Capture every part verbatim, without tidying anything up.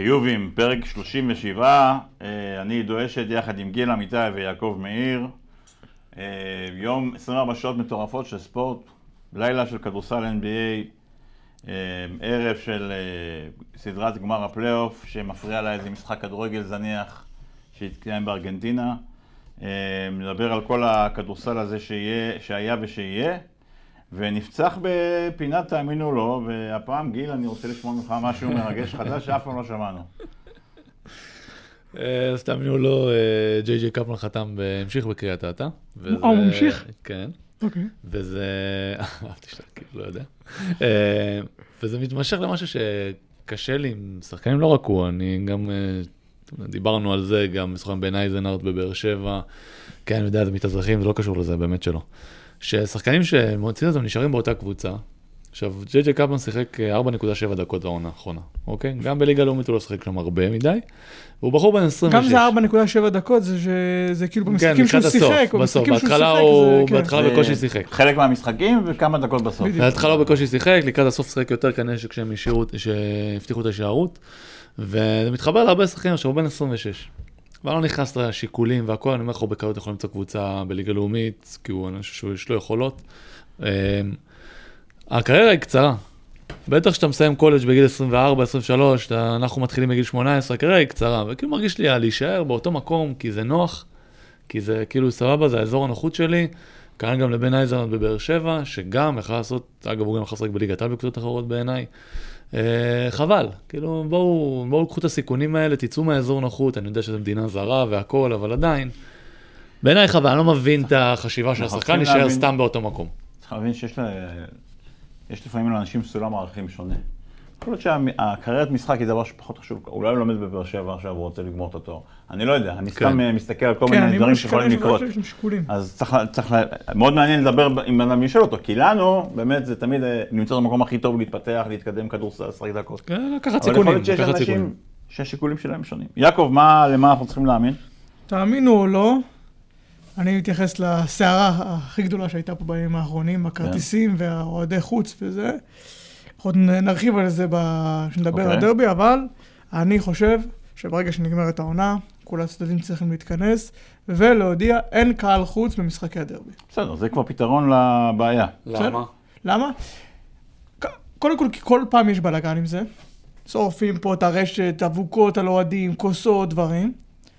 חיובים, פרק שלושים ושבע, אני עידו אשד יחד עם גיל אמיתי ויעקב מאיר. יום עשרים וארבע שעות מטורפות של ספורט, לילה של כדורסל אן בי איי, ערב של סדרת גמר הפלייאוף שמפריע לה איזה משחק כדורגל זניח שהתקיים בארגנטינה. נדבר על כל הכדורסל הזה שיה, שהיה ושיהיה, ונפצח בפינת תאמינו לו, והפעם גיל אני רוצה לשמוע ממך משהו מרגש חדש שאף פעם לא שמענו. אז תאמינו לו, ג'יי ג'יי קפלן חתם והמשיך בקריית אתא. אה, הוא המשיך? כן. אוקיי. וזה, אהבתי שאתה כאילו, לא יודע. וזה מתמשך למשהו שקשה לי עם שחקנים, לא רק הוא, אני גם, דיברנו על זה, גם משחקים בין אייזנארט בבאר שבע, כן, אני יודע, זה מתאזרחים, זה לא קשור לזה, באמת שלא. ששחקנים שמוצאים אותם נשארים באותה קבוצה, עכשיו, ג'יי ג'יי קפלן שיחק ארבע נקודה שבע דקות בעונה האחרונה, אוקיי? גם בליגה הלאומית הוא לא שיחק שם הרבה מדי, והוא בחור בן עשרים ושש. גם זה ארבע נקודה שבע דקות, זה כאילו במשחקים שהוא שיחק, בסוף, בהתחלה הוא בקושי שיחק. חלק מהמשחקים וכמה דקות בסוף. בהתחלה הוא בקושי שיחק, לקראת הסוף שיחק יותר כנראה שכשהם הבטיחו את השערות, וזה מתחבר להרבה שחקנים, עכשיו הוא בן עשרים ושש. אבל לא נכנס לשיקולים והכל, אני אומר לך, הוא בקלות יכול למצוא קבוצה בליגה הלאומית, כי הוא אנשים שיש לו יכולות. הקריירה היא קצרה. בטח שאתה מסיים קולג' בגיל עשרים וארבע עשרים ושלוש, אנחנו מתחילים בגיל שמונה עשרה, הקריירה היא קצרה, וכאילו מרגיש לי להישאר באותו מקום, כי זה נוח, כי זה כאילו סבבה, זה האזור הנוחות שלי, כאן גם לבן אייזנארט בבאר שבע, שגם יכול לעשות, אגב הוא גם יכול לשחק בליגת העל בקבוצות אחרות בעיניי, חבל, כאילו בואו, בואו קחו את הסיכונים האלה, תצאו מהאזור נוחות, אני יודע שזו מדינה זרה והכל, אבל עדיין, בעיניי חבל, אני לא מבין את החשיבה של השחקן, נשאר סתם באותו מקום. צריך להבין שיש לה... יש לפעמים לאנשים סולם ערכים שונה. יכול להיות שהקריירת משחק היא דבר שפחות חשוב, אולי הוא לומד בבאר שבע עכשיו, הוא רוצה לגמור את התואר. אני לא יודע, אני סתם מסתכל על כל מיני דברים שיכולים לקרות. אז צריך, מאוד מעניין לדבר עם אדם לשאול אותו, כי לנו, באמת, זה תמיד נמצא במקום הכי טוב להתפתח, להתקדם כדורסל, לשחק דקות. כן, לקחת סיכונים. אבל יכול להיות שיש אנשים שהשיקולים שלהם שונים. יעקב, למה אנחנו צריכים להאמין? תאמינו או לא, אני מתייחס לסערה הכי גדולה שהייתה פה בימים האחרונים, הכרטיסים והאוהדי חוץ וזה. עוד נרחיב על זה כשנדבר על הדרבי, אבל אני חושב שברגע שנגמרת העונה, כל הצדדים צריכים להתכנס, ולהודיע אין קהל חוץ במשחקי הדרבי. בסדר, זה כבר פתרון לבעיה. למה? למה? קודם כל, כי כל פעם יש בלגן עם זה. שורפים פה את הרשת, אבוקות על אוהדים, כוסות, דברים.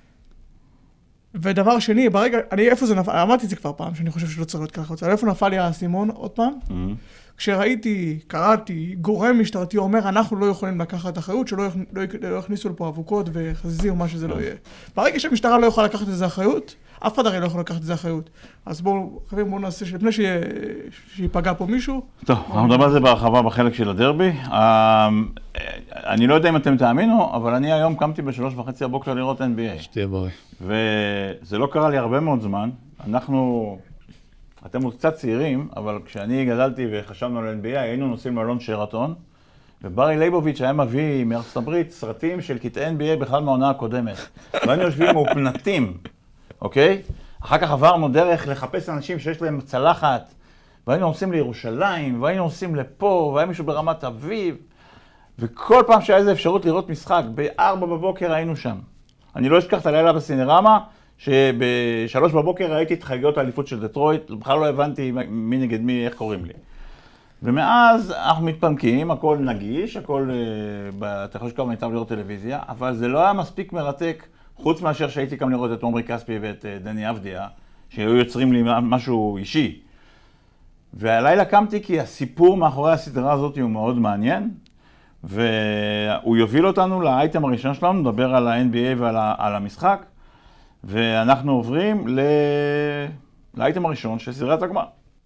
ודבר שני, ברגע, אני איפה זה נפל, אמרתי את זה כבר פעם, שאני חושב שלא צריך להיות ככה, אבל איפה נפל לי האסימון עוד פעם? כשראיתי, קראתי, גורם משטרתי אומר, אנחנו לא יכולים לקחת אחריות, שלא לא יכניסו לפה אבוקות וחזיזים או מה שזה לא יהיה. ברגע שהמשטרה לא יכולה לקחת את זה אחריות, אף אחד הרי לא יכול לקחת את זה אחריות. אז בואו, חברים, בואו נעשה שלפני שיפגע פה מישהו. טוב, אנחנו נדבר על זה בהרחבה בחלק של הדרבי. אני לא יודע אם אתם תאמינו, אבל אני היום קמתי בשלוש וחצי הבוקר לראות אן בי איי. שתהיה בריא. וזה לא קרה לי הרבה מאוד זמן. אנחנו, אתם עוד קצת צעירים, אבל כשאני גדלתי וחשבנו על אן בי איי, היינו נוסעים לאלון שרתון, וברי לייבוביץ' היה מביא מארצות הברית סרטים של קטעי אן בי איי בכלל מהעונה הקודמת. והיינו יושבים מאופנתים, אוקיי? אחר כך עברנו דרך לחפש אנשים שיש להם צלחת, והיינו נוסעים לירושלים, והיינו נוסעים לפה, והיה מישהו ברמת אביב, וכל פעם שהיה איזו אפשרות לראות משחק, בארבע בבוקר היינו שם. אני לא אשכח את הלילה בסינרמה, שבשלוש בבוקר ראיתי את חגיגות האליפות של דטרויט, בכלל לא הבנתי מי נגד מי, איך קוראים לי. ומאז אנחנו מתפנקים, הכל נגיש, הכל, אתה יכול שכבר מיטב לראות טלוויזיה, אבל זה לא היה מספיק מרתק, חוץ מאשר שהייתי גם לראות את עומרי כספי ואת דני אבדיה, שהיו יוצרים לי משהו אישי. והלילה קמתי כי הסיפור מאחורי הסדרה הזאת הוא מאוד מעניין, והוא יוביל אותנו לאייטם הראשון שלנו, נדבר על ה-אן בי איי ועל המשחק, ואנחנו עוברים ל... לאייטם הראשון של סדרת הגמר.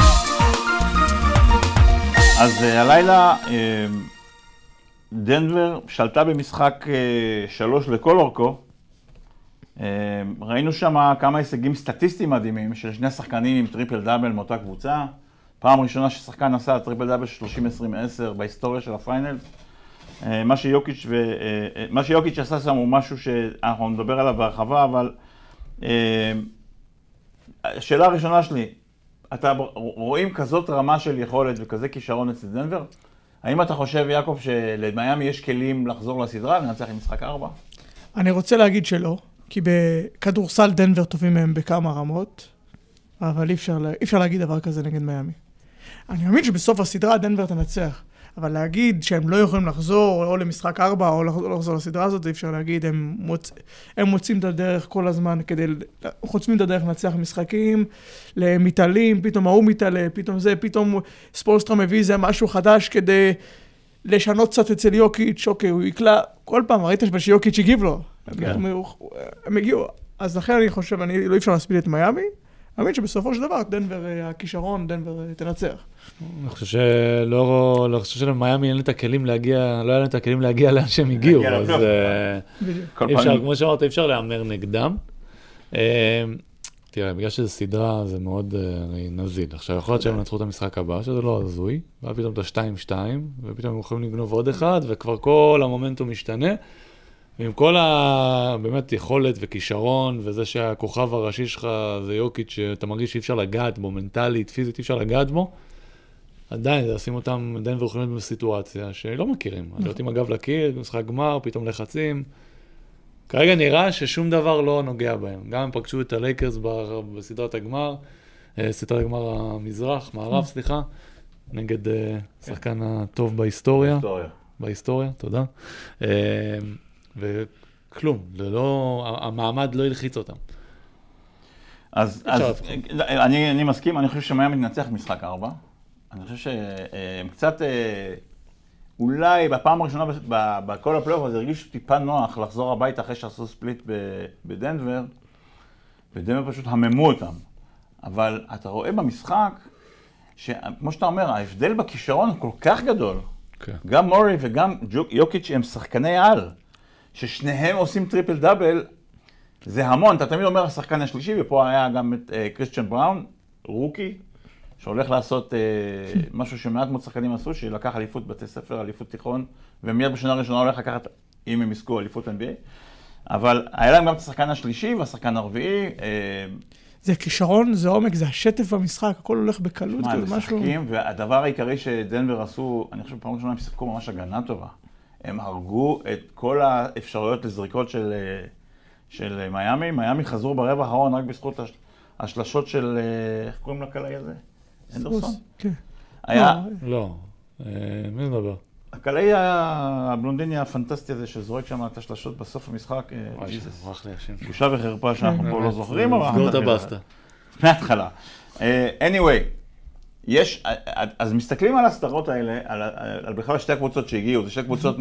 אז הלילה דנבר שלטה במשחק שלוש לכל אורכו. ראינו שם כמה הישגים סטטיסטיים מדהימים של שני שחקנים עם טריפל דאבל מאותה קבוצה. פעם ראשונה ששחקן עשה טריפל דאבל שלושים עשרים עשר בהיסטוריה של הפיינל. מה שיוקיץ' ו... מה שיוקיץ' עשה שם הוא משהו שאנחנו נדבר עליו בהרחבה, אבל השאלה הראשונה שלי, אתה רואים כזאת רמה של יכולת וכזה כישרון אצל דנבר? האם אתה חושב, יעקב, שלמיאמי יש כלים לחזור לסדרה, לנצח עם משחק ארבע? אני רוצה להגיד שלא, כי בכדורסל דנבר טובים מהם בכמה רמות, אבל אי אפשר, אי אפשר להגיד דבר כזה נגד מיאמי. אני מאמין שבסוף הסדרה דנבר תנצח, אבל להגיד שהם לא יכולים לחזור או למשחק ארבע או לא לחזור לסדרה הזאת, אי אפשר להגיד, הם, מוצ... הם מוצאים את הדרך כל הזמן כדי, חוצמים את הדרך לנצח משחקים, למתעלים, פתאום ההוא מתעלה, פתאום זה, פתאום ספולסטרה מביא זה משהו חדש כדי לשנות קצת אצל יוקיץ', אוקיי, הוא יקלה, כל פעם, ראית שיוקיץ' הגיב לו, כן. הם, הם, הם הגיעו, אז לכן אני חושב, אני לא אפשר להספיל את מיאמי, אני מאמין שבסופו של דבר, דנבר, הכישרון, דנבר תנצח. אני חושב שלא, לא חושב שלמיאמי אין לי את הכלים להגיע, לא היה לי את הכלים להגיע לאן שהם הגיעו, אז אי אפשר, כמו שאמרת, אי אפשר לאמר נגדם. תראה, בגלל שזו סדרה, זה מאוד נזיל. עכשיו, יכול להיות שהם נצחו את המשחק הבא, שזה לא הזוי, ואז פתאום את ה-שתיים שתיים, ופתאום הם יכולים לגנוב עוד אחד, וכבר כל המומנטום משתנה. ועם כל ה... באמת יכולת וכישרון, וזה שהכוכב הראשי שלך זה יוקיץ' שאתה מרגיש שאי אפשר לגעת בו, מנטלית, פיזית, אי אפשר לגעת בו, עדיין, זה עושים אותם דנבר יכולים להיות בסיטואציה שלא מכירים. להיות עם הגב לקיר, משחק גמר, פתאום לחצים. כרגע נראה ששום דבר לא נוגע בהם. גם הם פגשו את הלייקרס בסדרת הגמר, סדרת הגמר המזרח, מערב, סליחה, נגד שחקן הטוב בהיסטוריה. בהיסטוריה. בהיסטוריה, תודה. וכלום, ללא, המעמד לא ילחיץ אותם. אז, אז אני, אני מסכים, אני חושב שמיאמי תנצח משחק ארבע. אני חושב שהם קצת, אולי בפעם הראשונה בכל הפלייאוף הזה הרגישו טיפה נוח לחזור הביתה אחרי שעשו ספליט בדנבר, ודנבר פשוט הממו אותם. אבל אתה רואה במשחק, שכמו שאתה אומר, ההבדל בכישרון הוא כל כך גדול. Okay. גם מורי וגם יוקיץ' הם שחקני על. ששניהם עושים טריפל דאבל, זה המון. אתה תמיד אומר השחקן השלישי, ופה היה גם את uh, קריסטיאן בראון, רוקי, שהולך לעשות uh, משהו שמעט מאוד שחקנים עשו, שלקח אליפות בתי ספר, אליפות תיכון, ומיד בשנה הראשונה הולך לקחת, אם הם יזכו, אליפות אן בי איי. אבל היה להם גם את השחקן השלישי והשחקן הרביעי. Uh, זה כישרון, זה עומק, זה השטף במשחק, הכל הולך בקלות, כזה משהו. משחקים, והדבר העיקרי שדנבר עשו, אני חושב פעם ראשונה הם שיחקו ממש הגנה טובה. הם הרגו את כל האפשרויות לזריקות של, של מיאמי. מיאמי חזרו ברבע האחרון רק בזכות השלשות של, איך קוראים לקלעי הזה? אנדרסון? כן. היה... לא, מי מדבר? הקלעי הבלונדיני הפנטסטי הזה שזורק שם את השלשות בסוף המשחק, ג'יזוס. בושה וחרפה שאנחנו פה לא זוכרים, אבל... סגור את הבסטה. מההתחלה. anyway. יש, אז מסתכלים על הסדרות האלה, על, על בכלל שתי הקבוצות שהגיעו, זה שתי קבוצות מ,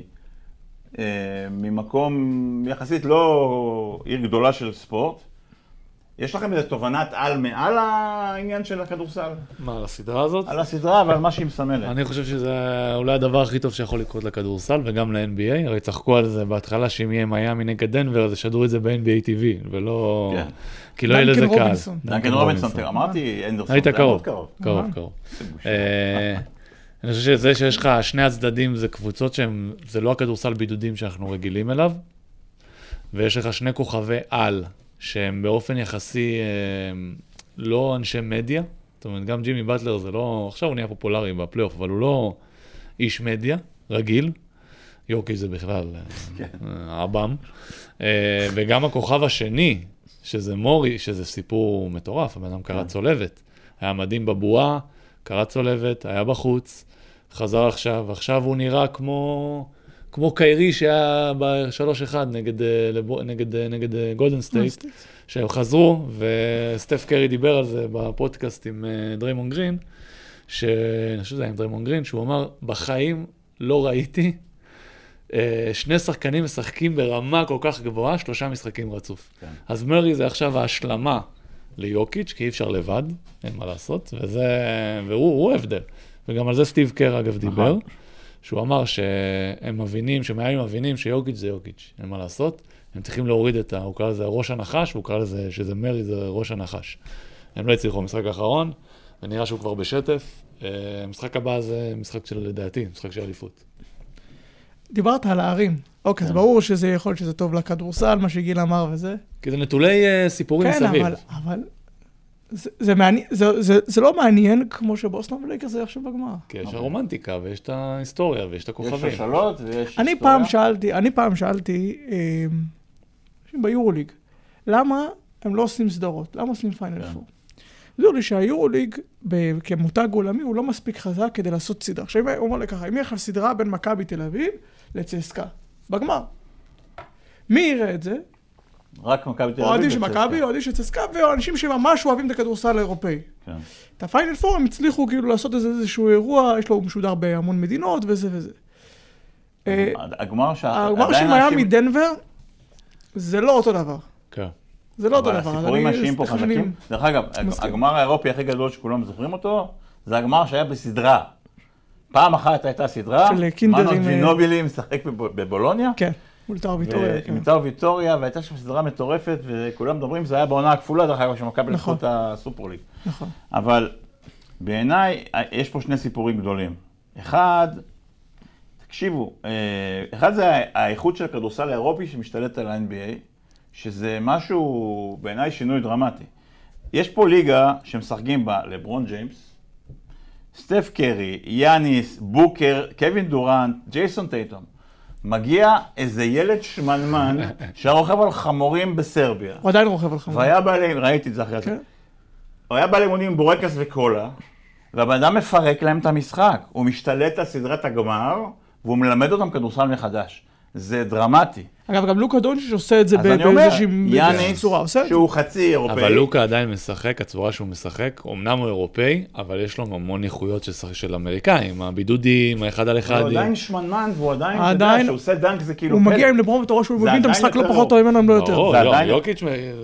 ממקום יחסית לא עיר גדולה של ספורט. יש לכם איזו תובנת על מעל העניין של הכדורסל? מה, על הסדרה הזאת? על הסדרה ועל מה שהיא מסמלת. אני חושב שזה אולי הדבר הכי טוב שיכול לקרות לכדורסל וגם ל-אן בי איי. הרי צחקו על זה בהתחלה שאם יהיה מיאמי נגד דנבר, אז ישדרו את זה ב-אן בי איי טי וי, ולא... כן. כי לא יהיה לזה קהל. דנקן רובינסון, אמרתי אנדרסון. היית קרוב, קרוב, קרוב. אני חושב שזה שיש לך שני הצדדים זה קבוצות שהם, זה לא הכדורסל בידודים שאנחנו רגילים אליו, ויש לך שני כוכבי על, שהם באופן יחסי לא אנשי מדיה, זאת אומרת, גם ג'ימי באטלר זה לא, עכשיו הוא נהיה פופולרי בפלייאוף, אבל הוא לא איש מדיה, רגיל, יוקי זה בכלל אבם, וגם הכוכב השני, שזה מורי, שזה סיפור מטורף, הבן אדם קרא צולבת, היה מדהים בבועה, קרא צולבת, היה בחוץ, חזר עכשיו, עכשיו הוא נראה כמו... כמו קיירי שהיה ב-שלוש אחד נגד, נגד, נגד גולדן סטייט, שהם חזרו, וסטף קרי דיבר על זה בפודקאסט עם דריימון גרין, שאני חושב שזה היה עם דריימון גרין, שהוא אמר, בחיים לא ראיתי שני שחקנים משחקים ברמה כל כך גבוהה, שלושה משחקים רצוף. כן. אז מרי זה עכשיו ההשלמה ליוקיץ', כי אי אפשר לבד, אין מה לעשות, וזה, והוא הבדל. וגם על זה סטיב קר אגב דיבר. שהוא אמר שהם מבינים, שמאיימים מבינים שיוקיץ' זה יוקיץ', אין מה לעשות, הם צריכים להוריד את ה... הוא קרא לזה ראש הנחש, והוא קרא לזה שזה מרי, זה ראש הנחש. הם לא הצליחו במשחק האחרון, ונראה שהוא כבר בשטף. המשחק הבא זה משחק של, לדעתי, משחק של אליפות. דיברת על הערים. אוקיי, אז ברור שזה יכול להיות שזה טוב לכדורסל, מה שגיל אמר וזה. כי זה נטולי סיפורים מסביב. כן, אבל... זה, זה, מעניין, זה, זה, זה לא מעניין כמו שבוסטון ולייקרס זה עכשיו בגמר. כי יש הרומנטיקה, ויש את ההיסטוריה, ויש את הכוכבים. יש שושלות ויש היסטוריה. אני פעם שאלתי, אני פעם שאלתי, אה, ביורוליג, למה הם לא עושים סדרות? למה עושים פיינל פור? זהו לי שהיורוליג, כמותג עולמי, הוא לא מספיק חזק כדי לעשות סדרה. עכשיו, הוא אומר לי ככה, אם יש לך סדרה בין מכבי תל אביב לצסקה, בגמר. מי יראה את זה? רק מכבי תל אביב. אוהדים של מכבי, אוהדים של צסקה, ואנשים שממש אוהבים את הכדורסל האירופאי. כן. את הפיינל פור הם הצליחו כאילו לעשות איזשהו אירוע, יש לו משודר בהמון מדינות וזה וזה. הגמר של מיאמי דנבר, זה לא אותו דבר. כן. זה לא אותו דבר. אבל הסיפורים האישיים פה חזקים. דרך אגב, הגמר האירופי הכי גדול שכולם זוכרים אותו, זה הגמר שהיה בסדרה. פעם אחת הייתה סדרה, מנו ג'ינובילי משחק בבולוניה. כן. מולטאו ויטוריה. מולטאו ויטוריה, והייתה שם סדרה מטורפת, וכולם מדברים, זה היה בעונה הכפולה, דרך אגב, שמכבי לקחו את הסופרליג. נכון. אבל בעיניי, יש פה שני סיפורים גדולים. אחד, תקשיבו, אחד זה האיכות של הכדורסל האירופי שמשתלט על ה-אן בי איי, שזה משהו, בעיניי, שינוי דרמטי. יש פה ליגה שמשחקים בה לברון ג'יימס, סטף קרי, יאניס, בוקר, קווין דורנט, ג'ייסון טייטום. מגיע איזה ילד שמנמן שרוכב על חמורים בסרביה. הוא עדיין רוכב על חמורים. והיה בא, ראיתי את זה אחרי זה. הוא היה בא לאימונים עם בורקס וקולה, והבן אדם מפרק להם את המשחק. הוא משתלט על סדרת הגמר, והוא מלמד אותם כדורסל מחדש. זה דרמטי. אגב, גם לוקה דונצ'יץ' עושה את זה באיזושהי צורה. שהוא חצי אירופאי. אבל לוקה עדיין משחק, הצורה שהוא משחק, אמנם הוא אירופאי, אבל יש לו המון איכויות של אמריקאים, הבידודים, האחד על אחד. הוא עדיין שמנמן, והוא עדיין, אתה יודע, שהוא עושה דנק, זה כאילו... הוא מגיע עם לברון ותורה שהוא מבין את המשחק לא פחות טוב ממנו, אם לא יותר. לא, יוקיץ'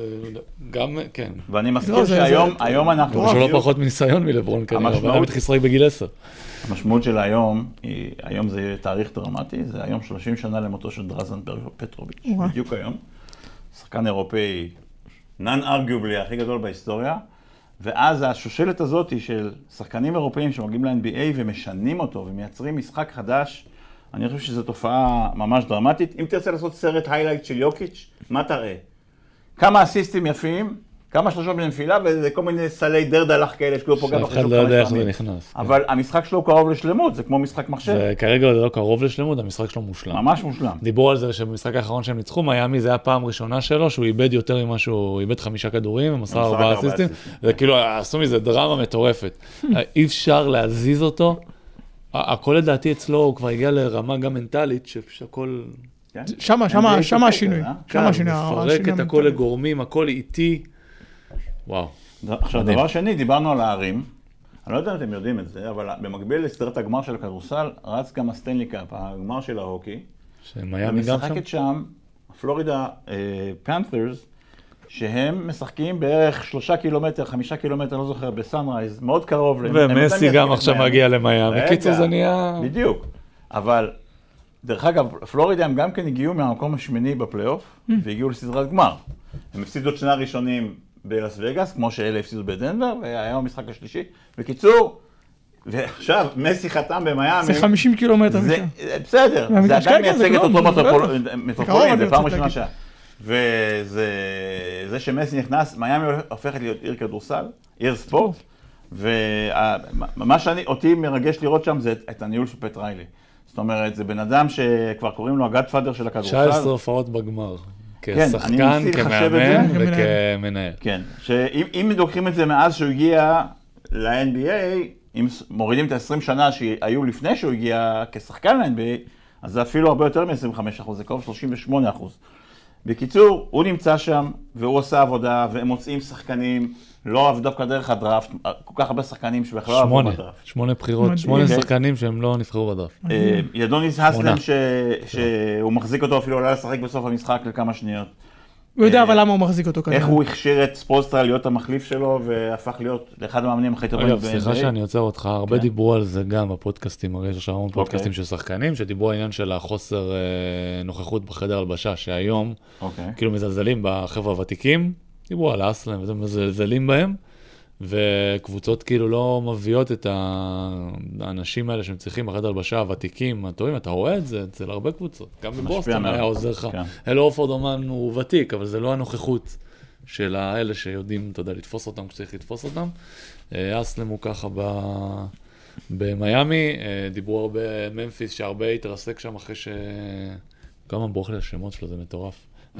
גם, כן. ואני מזכיר שהיום אנחנו... יש לו לא פחות מניסיון מלברון כנראה, אבל הוא מתחיל לשחק בגיל עשר. המשמעות של היום, היום זה תאריך דרמטי, זה היום שלושים שנה למותו של דרזן פטרוביץ', בדיוק היום. שחקן אירופאי, non-arguably, הכי גדול בהיסטוריה, ואז השושלת הזאת של שחקנים אירופאים שמגיעים ל-אן בי איי ומשנים אותו ומייצרים משחק חדש, אני חושב שזו תופעה ממש דרמטית. אם תרצה לעשות סרט היילייט של יוקיץ', מה תראה? כמה אסיסטים יפים, כמה שלושות בנפילה, וזה כל מיני סלי דרדלח כאלה שכאילו פוגע בחשוב. שאף אחד לא יודע איך זה נכנס. אבל המשחק שלו קרוב לשלמות, זה כמו משחק מחשב. כרגע זה לא קרוב לשלמות, המשחק שלו מושלם. ממש מושלם. דיברו על זה שבמשחק האחרון שהם ניצחו, מיאמי זה היה פעם ראשונה שלו, שהוא איבד יותר ממה שהוא איבד חמישה כדורים, ומסר ארבעה אסיסטים. זה כאילו, עשו מזה דרמה מטורפת. אי אפשר להזיז אותו. הכל לדעתי אצלו, הוא כבר הגיע לרמה גם מנטלית, שהכל... שמה, שמה, שמה השינוי. שמה השינוי. לפרק את הכל לגורמים, הכל איטי. וואו. עכשיו, דבר שני, דיברנו על הערים. אני לא יודע אם אתם יודעים את זה, אבל במקביל לסדרת הגמר של הכדורסל, רץ גם הסטנלי קאפ, הגמר של ההוקי. שמיאמי גם שם? ומשחקת שם, פלורידה פנת'רס, שהם משחקים בערך שלושה קילומטר, חמישה קילומטר, לא זוכר, בסנרייז, מאוד קרוב. ומסי גם עכשיו מגיע למיאמי. קיצור זה נהיה... בדיוק. אבל, דרך אגב, פלורידה הם גם כן הגיעו מהמקום השמיני בפלייאוף, והגיעו לסדרת גמר. הם הפסידו את שני הראשונים בלאס וגאס, כמו שאלה הפסידו בדנבר, והיה המשחק השלישי. בקיצור, ועכשיו, מסי חתם במיאמי. זה חמישים קילומטר. בסדר, זה עדיין מייצג את אותו מטרופולין, זה פעם ראשונה שעה. וזה שמסי נכנס, מיאמי הופכת להיות עיר כדורסל, עיר ספורט, ומה שאותי מרגש לראות שם זה את הניהול של פט ריילי. זאת אומרת, זה בן אדם שכבר קוראים לו הגאד פאדר של הכדורסל. תשע עשרה הופעות בגמר. כשחקן, כמאמן וכמנהל. כן, שאם לוקחים את זה מאז שהוא הגיע ל-אן בי איי, אם מורידים את ה-עשרים שנה שהיו לפני שהוא הגיע כשחקן ל-אן בי איי, אז זה אפילו הרבה יותר מ-עשרים וחמישה אחוז, זה קרוב שלושים ושמונה אחוז. בקיצור, הוא נמצא שם, והוא עושה עבודה, והם מוצאים שחקנים, לא עבדו דווקא דרך הדראפט, כל כך הרבה שחקנים שבכלל עבדו בדראפט. שמונה בחירות, שמונה שחקנים שהם לא נבחרו בדראפט. ידוניס הסלם, שהוא מחזיק אותו אפילו, עולה לשחק בסוף המשחק לכמה שניות. הוא יודע אבל למה הוא מחזיק אותו כנראה. איך הוא הכשיר את ספולסטרה להיות המחליף שלו, והפך להיות לאחד המאמנים הכי טובים. אגב, סליחה שאני עוצר אותך, הרבה דיברו על זה גם בפודקאסטים, הרי יש עכשיו המון פודקאסטים של שחקנים, שדיברו העניין של החוסר נוכחות בחדר הלבשה, שהיום כאילו מזלזלים בחבר'ה הוותיקים, דיברו על אסלם וזה מזלזלים בהם, וקבוצות כאילו לא מביאות את האנשים האלה שהם צריכים בחדר הלבשה הוותיקים, הטובים, אתה רואה את זה אצל הרבה קבוצות, גם בבוסטון היה עוזר לך. אלו אורפורד אומן הוא ותיק, אבל זה לא הנוכחות של האלה שיודעים, אתה יודע, לתפוס אותם כשצריך לתפוס אותם. אסלם הוא ככה ב... במיימי, דיברו הרבה ממפיס שהרבה התרסק שם אחרי ש... כמה ברוך לי השמות שלו, זה מטורף.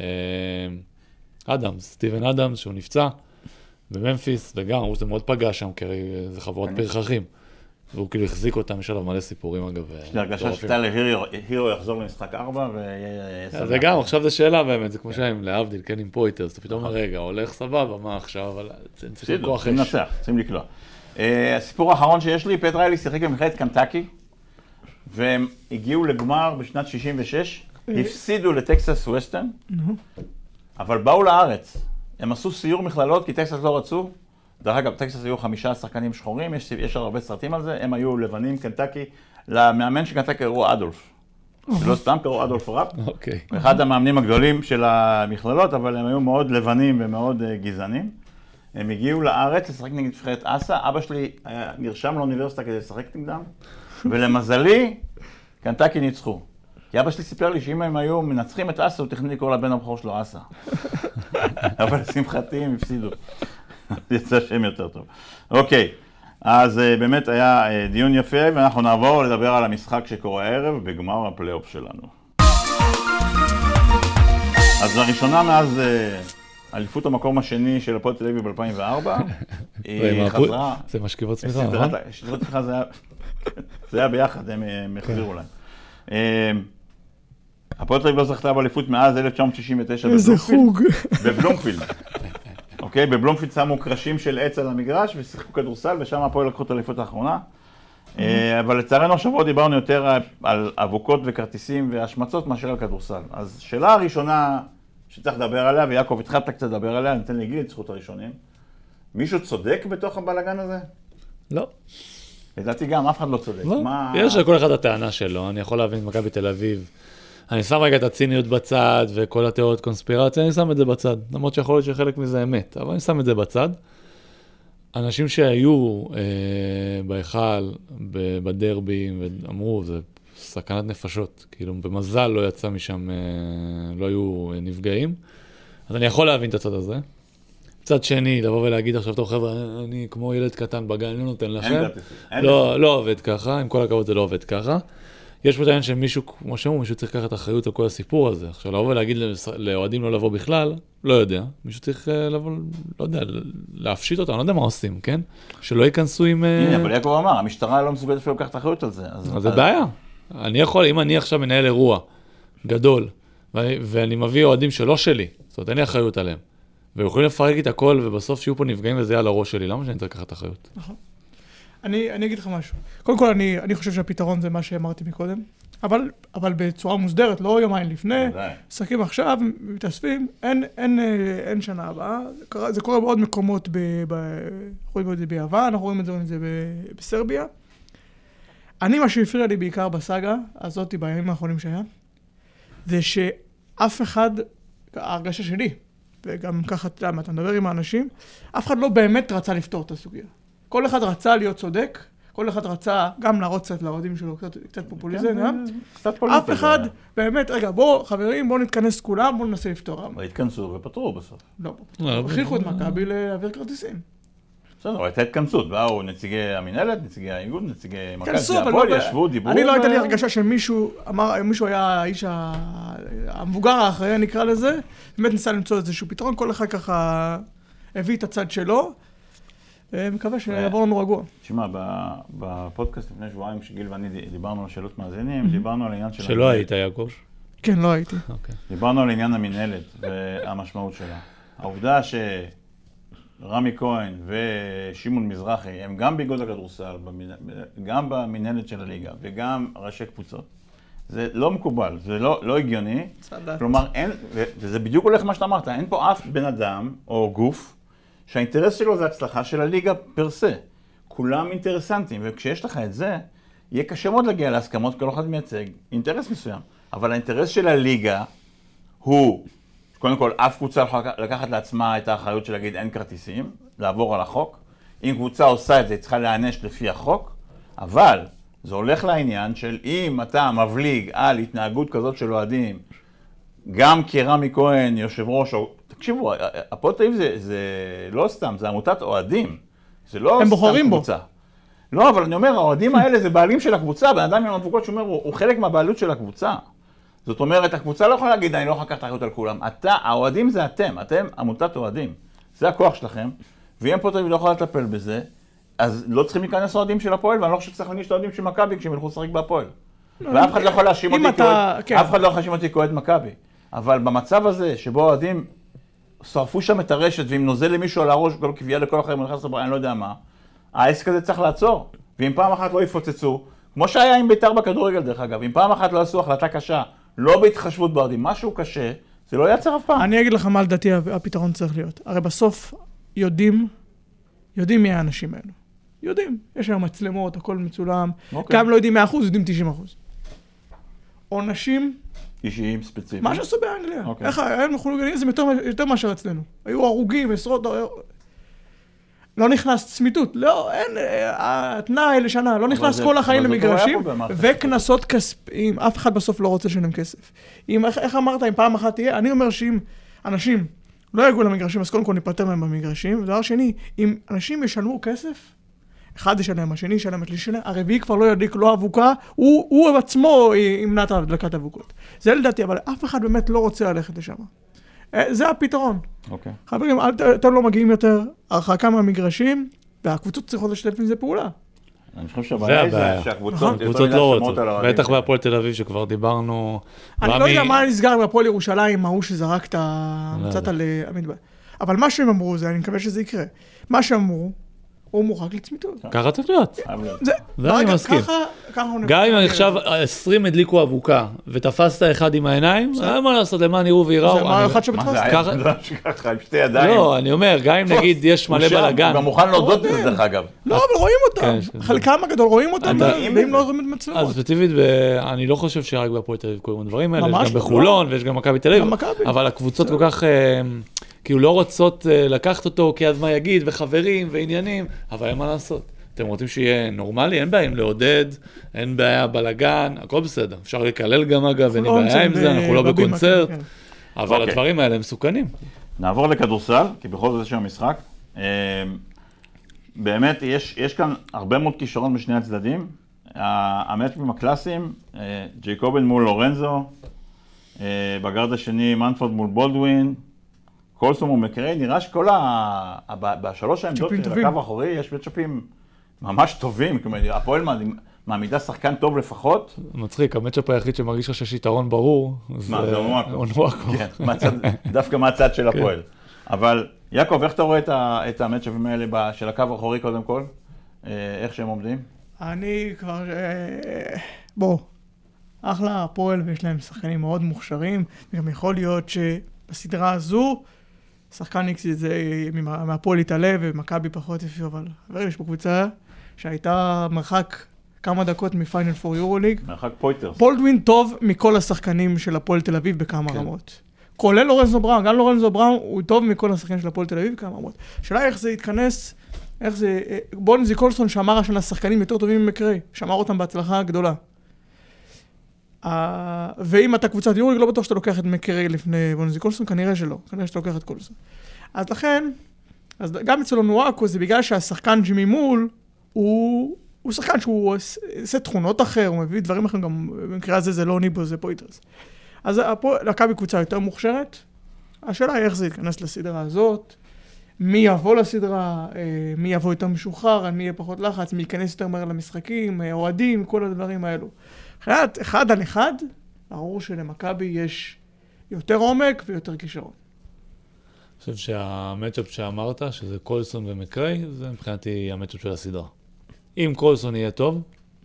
אדמס, סטיבן אדמס, שהוא נפצע בממפיס, וגם הוא זה מאוד פגע שם, כי זה חברות פרחחים. והוא כאילו החזיק אותם, יש עליו מלא סיפורים אגב. יש לי הרגשה שטייל הירו יחזור למשחק ארבע ויהיה... זה גם, עכשיו זה שאלה באמת, זה כמו שהם להבדיל, כן עם פויטרס, אתה פתאום הרגע, הולך סבבה, מה עכשיו, אבל צריך כוח אש. צריכים לנצח, צריכים לקלוע. הסיפור האחרון שיש לי, פט ריילי שיחק במכללת קנטקי, והם הגיעו לגמר בשנת שישים ושש, הפסידו לטקסס ווסטרן, אבל באו לארץ. הם עשו סיור מכללות כי טקסס לא רצו. דרך אגב, טקסס היו חמישה שחקנים שחורים, יש, יש הרבה סרטים על זה, הם היו לבנים, קנטקי, למאמן של קנטקי קראו אדולף. לא סתם קראו אדולף ראפ. אוקיי. אחד המאמנים הגדולים של המכללות, אבל הם היו מאוד לבנים ומאוד uh, גזענים. הם הגיעו לארץ לשחק נגד נבחרת אסה, אבא שלי היה נרשם לאוניברסיטה כדי לשחק נגדם, ולמזלי, קנטקי ניצחו. כי אבא שלי סיפר לי שאם הם היו מנצחים את אסה, הוא תכנן לקרוא לבן הבכור שלו אסה. אבל לשמחתי הם הפסידו. יצא שם יותר טוב. אוקיי, אז באמת היה דיון יפה, ואנחנו נעבור לדבר על המשחק שקורה הערב בגמר הפלייאוף שלנו. אז לראשונה מאז אליפות המקום השני של הפועל תל אביב ב-אלפיים וארבע, היא חזרה... זה משכיבות צמיחה, נכון? משכיבות צמיחה זה היה ביחד, הם החזירו להם. הפועל תל אביב לא זכתה באליפות מאז אלף תשע מאות שישים ותשע איזה חוג. בבלומפילד. אוקיי, בבלומפילד שמו קרשים של עץ על המגרש ושיחקו כדורסל, ושם הפועל לקחו את האליפות האחרונה. אבל לצערנו השבוע דיברנו יותר על אבוקות וכרטיסים והשמצות מאשר על כדורסל. אז שאלה הראשונה שצריך לדבר עליה, ויעקב התחלת קצת לדבר עליה, ניתן לי גיל את זכות הראשונים. מישהו צודק בתוך הבלגן הזה? לא. לדעתי גם, אף אחד לא צודק. לא, יש לכל אחד הטענה שלו, אני יכול להבין את מכבי תל אביב. אני שם רגע את הציניות בצד וכל התיאוריות קונספירציה, אני שם את זה בצד. למרות שיכול להיות שחלק מזה אמת, אבל אני שם את זה בצד. אנשים שהיו אה, בהיכל, בדרבים, ואמרו, זה סכנת נפשות. כאילו, במזל לא יצא משם, אה, לא היו נפגעים. אז אני יכול להבין את הצד הזה. צד שני, לבוא ולהגיד עכשיו, טוב חבר'ה, אני כמו ילד קטן בגן, אני לא נותן לכם. לא, לא עובד ככה, עם כל הכבוד זה לא עובד ככה. יש פה טען שמישהו, כמו שאומרים, מישהו צריך לקחת אחריות על כל הסיפור הזה. עכשיו, לבוא ולהגיד לאוהדים לא לבוא בכלל, לא יודע. מישהו צריך לבוא, לא יודע, להפשיט אותם, לא יודע מה עושים, כן? שלא ייכנסו עם... הנה, אבל יעקב אמר, המשטרה לא מסוגלת אפילו לקחת אחריות על זה. אז זה בעיה. אני יכול, אם אני עכשיו מנהל אירוע גדול, ואני מביא אוהדים שלא שלי, זאת אומרת, אין לי אחריות עליהם, ויכולים לפרק את הכל, ובסוף שיהיו פה נפגעים וזה יהיה על הראש שלי, למה שאני צריך לקחת אחריות? נכון. אני, אני אגיד לך משהו. קודם כל, אני, אני חושב שהפתרון זה מה שאמרתי מקודם, אבל, אבל בצורה מוסדרת, לא יומיים לפני, שחקים עכשיו, מתאספים, אין, אין, אין שנה הבאה. זה קורה, זה קורה בעוד מקומות, ב, ב, רואים את זה ביוון, אנחנו רואים את זה, את זה ב, בסרביה. אני, מה שהפריע לי בעיקר בסאגה, הזאת בימים האחרונים שהיה, זה שאף אחד, ההרגשה שלי, וגם ככה, למה, אתה מדבר עם האנשים, אף אחד לא באמת רצה לפתור את הסוגיה. כל אחד רצה להיות צודק, כל אחד רצה גם להראות קצת לאוהדים שלו, קצת, קצת פופוליזם, גם. אף אחד, באמת, רגע, בואו, חברים, בואו נתכנס כולם, בואו ננסה לפתור. התכנסו ופתרו בסוף. לא, הכריחו את מכבי להעביר כרטיסים. בסדר, הייתה התכנסות, באו נציגי המנהלת, נציגי האיגוד, נציגי מכבי הפועל, ישבו, דיברו. אני לא הייתה לי הרגשה שמישהו אמר, מישהו היה האיש המבוגר האחראי, נקרא לזה, באמת ניסה למצוא איזשהו פתרון, כל אחד ככה הביא את הצד שלו, מקווה שיעבור לנו רגוע. תשמע, בפודקאסט לפני שבועיים שגיל ואני דיברנו על שאלות מאזינים, דיברנו על עניין של... שלא היית, יעקב? כן, לא הייתי. דיברנו על עניין המנהלת והמשמעות שלה. העובדה שרמי כהן ושימון מזרחי הם גם באיגוד הכדורסל, גם במנהלת של הליגה וגם ראשי קבוצות, זה לא מקובל, זה לא, לא הגיוני. כלומר, אין, וזה בדיוק הולך מה שאתה אמרת, אין פה אף בן אדם או גוף שהאינטרס שלו זה הצלחה של הליגה פרסה. כולם אינטרסנטים, וכשיש לך את זה, יהיה קשה מאוד להגיע להסכמות, כל אחד מייצג אינטרס מסוים. אבל האינטרס של הליגה הוא, קודם כל, אף קבוצה יכולה לקחת לעצמה את האחריות של להגיד אין כרטיסים, לעבור על החוק. אם קבוצה עושה את זה, היא צריכה להיענש לפי החוק, אבל זה הולך לעניין של אם אתה מבליג על התנהגות כזאת של אוהדים, גם כרמי כהן, יושב ראש, או תקשיבו, הפועל תל אביב זה, זה לא סתם, זה עמותת אוהדים. זה לא הם סתם בוחרים קבוצה. בו. לא, אבל אני אומר, האוהדים האלה זה בעלים של הקבוצה, בן אדם עם הדבוקות שאומר, הוא, הוא חלק מהבעלות של הקבוצה. זאת אומרת, הקבוצה לא יכולה להגיד, אני לא יכול לקחת אחריות על כולם. אתה, האוהדים זה אתם, אתם עמותת אוהדים. זה הכוח שלכם, ואם הפועל תל אביב לא יכולה לטפל בזה, אז לא צריכים להיכנס אוהדים של הפועל, ואני לא חושב שצריך להניש את האוהדים של מכבי כשהם ילכו לשחק בהפועל. ואף אחד לא יכול להאשים אותי כאוהד, אף אחד לא יכול להאשים אותי כאוהד מכבי. אבל במצב הזה, שבו האוהדים שרפו שם את הרשת, ואם נוזל למישהו על הראש, כל כבייה לכל החיים, אני לא יודע מה, העסק הזה צריך לעצור. ואם פעם אחת לא יפוצצו, כמו שהיה עם בית"ר בכדורגל דרך אגב, אם פעם אחת לא עשו החלטה קשה, לא בהתחשבות באוהדים, משהו קשה, זה לא יעצר אף פעם. אני אגיד לך מה לדעתי הפתרון צריך להיות. הרי בסוף יודעים, יודעים מי האנשים האלו. יודעים, יש היום מצלמות, הכל מצולם, אוקיי. גם לא יודעים מאה אחוז, יודעים תשעים אחוז. עונשים, אישיים ספציפיים. מה שעשו באנגליה. אוקיי. איך הם חוליגניזם יותר, יותר מאשר אצלנו. היו הרוגים, עשרות, לא נכנס צמיתות, לא, אין, התנאי לשנה, לא נכנס כל החיים למגרשים, וכנסות כספיים, אף אחד בסוף לא רוצה לשלם כסף. אם, איך, איך אמרת, אם פעם אחת תהיה, אני אומר שאם אנשים לא יגעו למגרשים, אז קודם כל ניפטר מהם במגרשים, ודבר שני, אם אנשים ישלמו כסף, אחד ישלם, השני ישלם, השלישי ישלם, הרביעי כבר לא ידליק, לא אבוקה, הוא, הוא עצמו ימנע את הדלקת אבוקות. זה לדעתי, אבל אף אחד באמת לא רוצה ללכת לשם. זה הפתרון. אוקיי. חברים, אתם לא מגיעים יותר, הרחקה מהמגרשים, והקבוצות צריכות לשתף עם זה פעולה. אני חושב שהבעיה זה שהקבוצות לא רוצות, בטח בהפועל תל אביב שכבר דיברנו. אני לא יודע מה נסגר בהפועל ירושלים, ההוא שזרק את המצאת על המדבר. אבל מה שהם אמרו זה, אני מקווה שזה יקרה. מה שהם אמרו, הוא מורחק לצמיתות. ככה צריך להיות. זה אני מסכים. גם אם עכשיו עשרים הדליקו אבוקה, ותפסת אחד עם העיניים, אין מה לעשות, למען יראו ויראו. זה מה אחד שבתפסת? זה ככה, עם שתי ידיים. לא, אני אומר, גם אם נגיד יש מלא בלגן. הוא גם מוכן להודות בזה דרך אגב. לא, אבל רואים אותם. חלקם הגדול רואים אותם, ואם לא רואים את מצלמות. אז ספציפית, אני לא חושב שרק בהפועל תל אביב קוראים הדברים האלה, יש גם בחולון, ויש גם מכבי תל אביב, אבל הקבוצות כל כך כאילו לא רוצות לקחת אותו, כי אז מה יגיד, וחברים, ועניינים, אבל אין מה לעשות. אתם רוצים שיהיה נורמלי, אין בעיה עם לעודד, אין בעיה בלגן, הכל בסדר. אפשר לקלל גם אגב, אין בעיה עם זה, אנחנו לא בקונצרט, אבל הדברים האלה הם מסוכנים. נעבור לכדורסל, כי בכל זאת יש שם משחק. באמת, יש כאן הרבה מאוד כישרון משני הצדדים. המאצ'אפים הקלאסיים, ג'ייקובן מול לורנזו, בגארד השני מנפורד מול בולדווין, קולסון מול מקריי, נראה שכל ה... בשלוש העמדות של הקו האחורי יש מצ'אפים ממש טובים, כלומר, הפועל מעמידה שחקן טוב לפחות. מצחיק, המצ'אפ היחיד שמרגיש לך שיש יתרון ברור, מה, זה אונוואקו. כן, דווקא מהצד של הפועל. אבל יעקב, איך אתה רואה את המצ'אפים האלה של הקו האחורי קודם כל? איך שהם עומדים? אני כבר... בוא, אחלה הפועל ויש להם שחקנים מאוד מוכשרים, וגם יכול להיות שבסדרה הזו, שחקן איקס זה מהפועל התעלה ומכבי פחות יפי, אבל יש פה קבוצה שהייתה מרחק כמה דקות מפיינל פור יורוליג. מרחק פויטרס. בולדווין טוב מכל השחקנים של הפועל תל אביב בכמה כן. רמות. כולל לורנזו בראון, גם לורנזו בראון הוא טוב מכל השחקנים של הפועל תל אביב בכמה רמות. השאלה איך זה יתכנס, איך זה... בונזי קולסון שאמר השנה שחקנים יותר טובים ממקריי, שמר אותם בהצלחה גדולה. Uh, ואם אתה קבוצת יורוליג, לא בטוח שאתה לוקח את מקריי לפני בונזי קולסון, כנראה שלא, כנראה שאתה לוקח את קולסון. אז לכן, אז גם אצל אונוואקו זה בגלל שהשחקן ג'ימי מול, הוא, הוא שחקן שהוא עושה תכונות אחר, הוא מביא דברים אחרים, גם במקרה הזה זה לא ניבו, זה פויטרס. אז מכבי קבוצה יותר מוכשרת, השאלה היא איך זה יתכנס לסדרה הזאת, מי יבוא לסדרה, מי יבוא יותר משוחרר, מי יהיה פחות לחץ, מי ייכנס יותר מהר למשחקים, אוהדים, כל הדברים האלו. אחת, אחד על אחד, ברור שלמכבי יש יותר עומק ויותר כישרון. אני חושב שהמצ'אפ שאמרת, שזה קולסון ומקריי, זה מבחינתי המצ'אפ של הסדרה. אם קולסון יהיה טוב,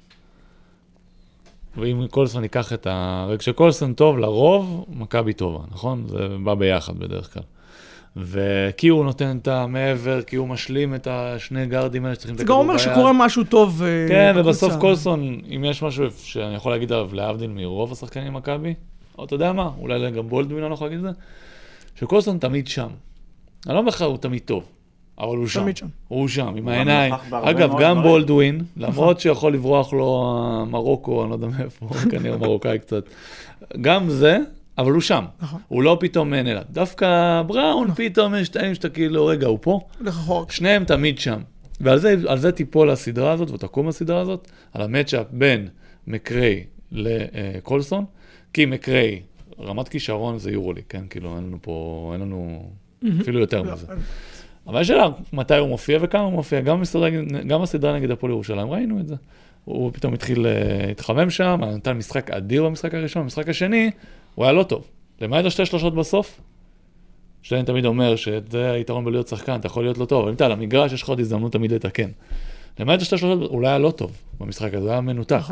ואם קולסון ייקח את הרג שקולסון טוב, לרוב, מכבי טובה, נכון? זה בא ביחד בדרך כלל. וכי הוא נותן את המעבר, כי הוא משלים את השני גארדים האלה שצריכים את הכדור ביד. זה גם אומר שקורה משהו טוב. כן, ובסוף קולסון, אם יש משהו שאני יכול להגיד עליו, להבדיל מרוב השחקנים מכבי, או אתה יודע מה, אולי גם בולדווין אני לא יכול להגיד את זה, שקולסון תמיד שם. אני לא אומר הוא תמיד טוב, אבל הוא שם. הוא שם, עם העיניים. אגב, גם בולדווין, למרות שיכול לברוח לו מרוקו, אני לא יודע מאיפה, כנראה מרוקאי קצת. גם זה, אבל הוא שם. נכון. הוא לא פתאום נעלם. דווקא בראון פתאום יש תאים שאתה כאילו, רגע, הוא פה. שניהם תמיד שם. ועל זה, על זה תיפול הסדרה הזאת, ותקום הסדרה הזאת, על המצ'אפ בין מקריי לקולסון, כי מקריי, רמת כישרון זה יורולי, כן? כאילו, אין לנו פה, אין לנו אפילו יותר מזה. אבל יש שאלה, מתי הוא מופיע וכמה הוא מופיע. גם הסדרה, גם הסדרה נגד הפועל ירושלים, ראינו את זה. הוא פתאום התחיל להתחמם שם, נתן משחק אדיר במשחק הראשון, במשחק השני, הוא היה לא טוב. למעט השתי שלושות בסוף, שאני תמיד אומר שזה היתרון בלהיות שחקן, אתה יכול להיות לא טוב, אבל אם אתה על המגרש, יש לך עוד הזדמנות תמיד לתקן. למעט השתי שלושות, אולי היה לא טוב במשחק הזה, היה מנותח.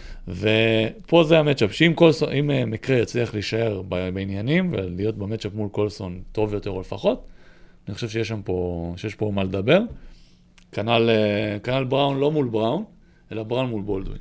ופה זה המצ'אפ, שאם קולסון, אם מקרה יצליח להישאר בעניינים, ולהיות במצ'אפ מול קולסון טוב יותר או לפחות, אני חושב שיש שם פה, שיש פה מה לדבר. כנ"ל, כנ"ל בראון לא מול בראון, אלא בראון מול בולדווין.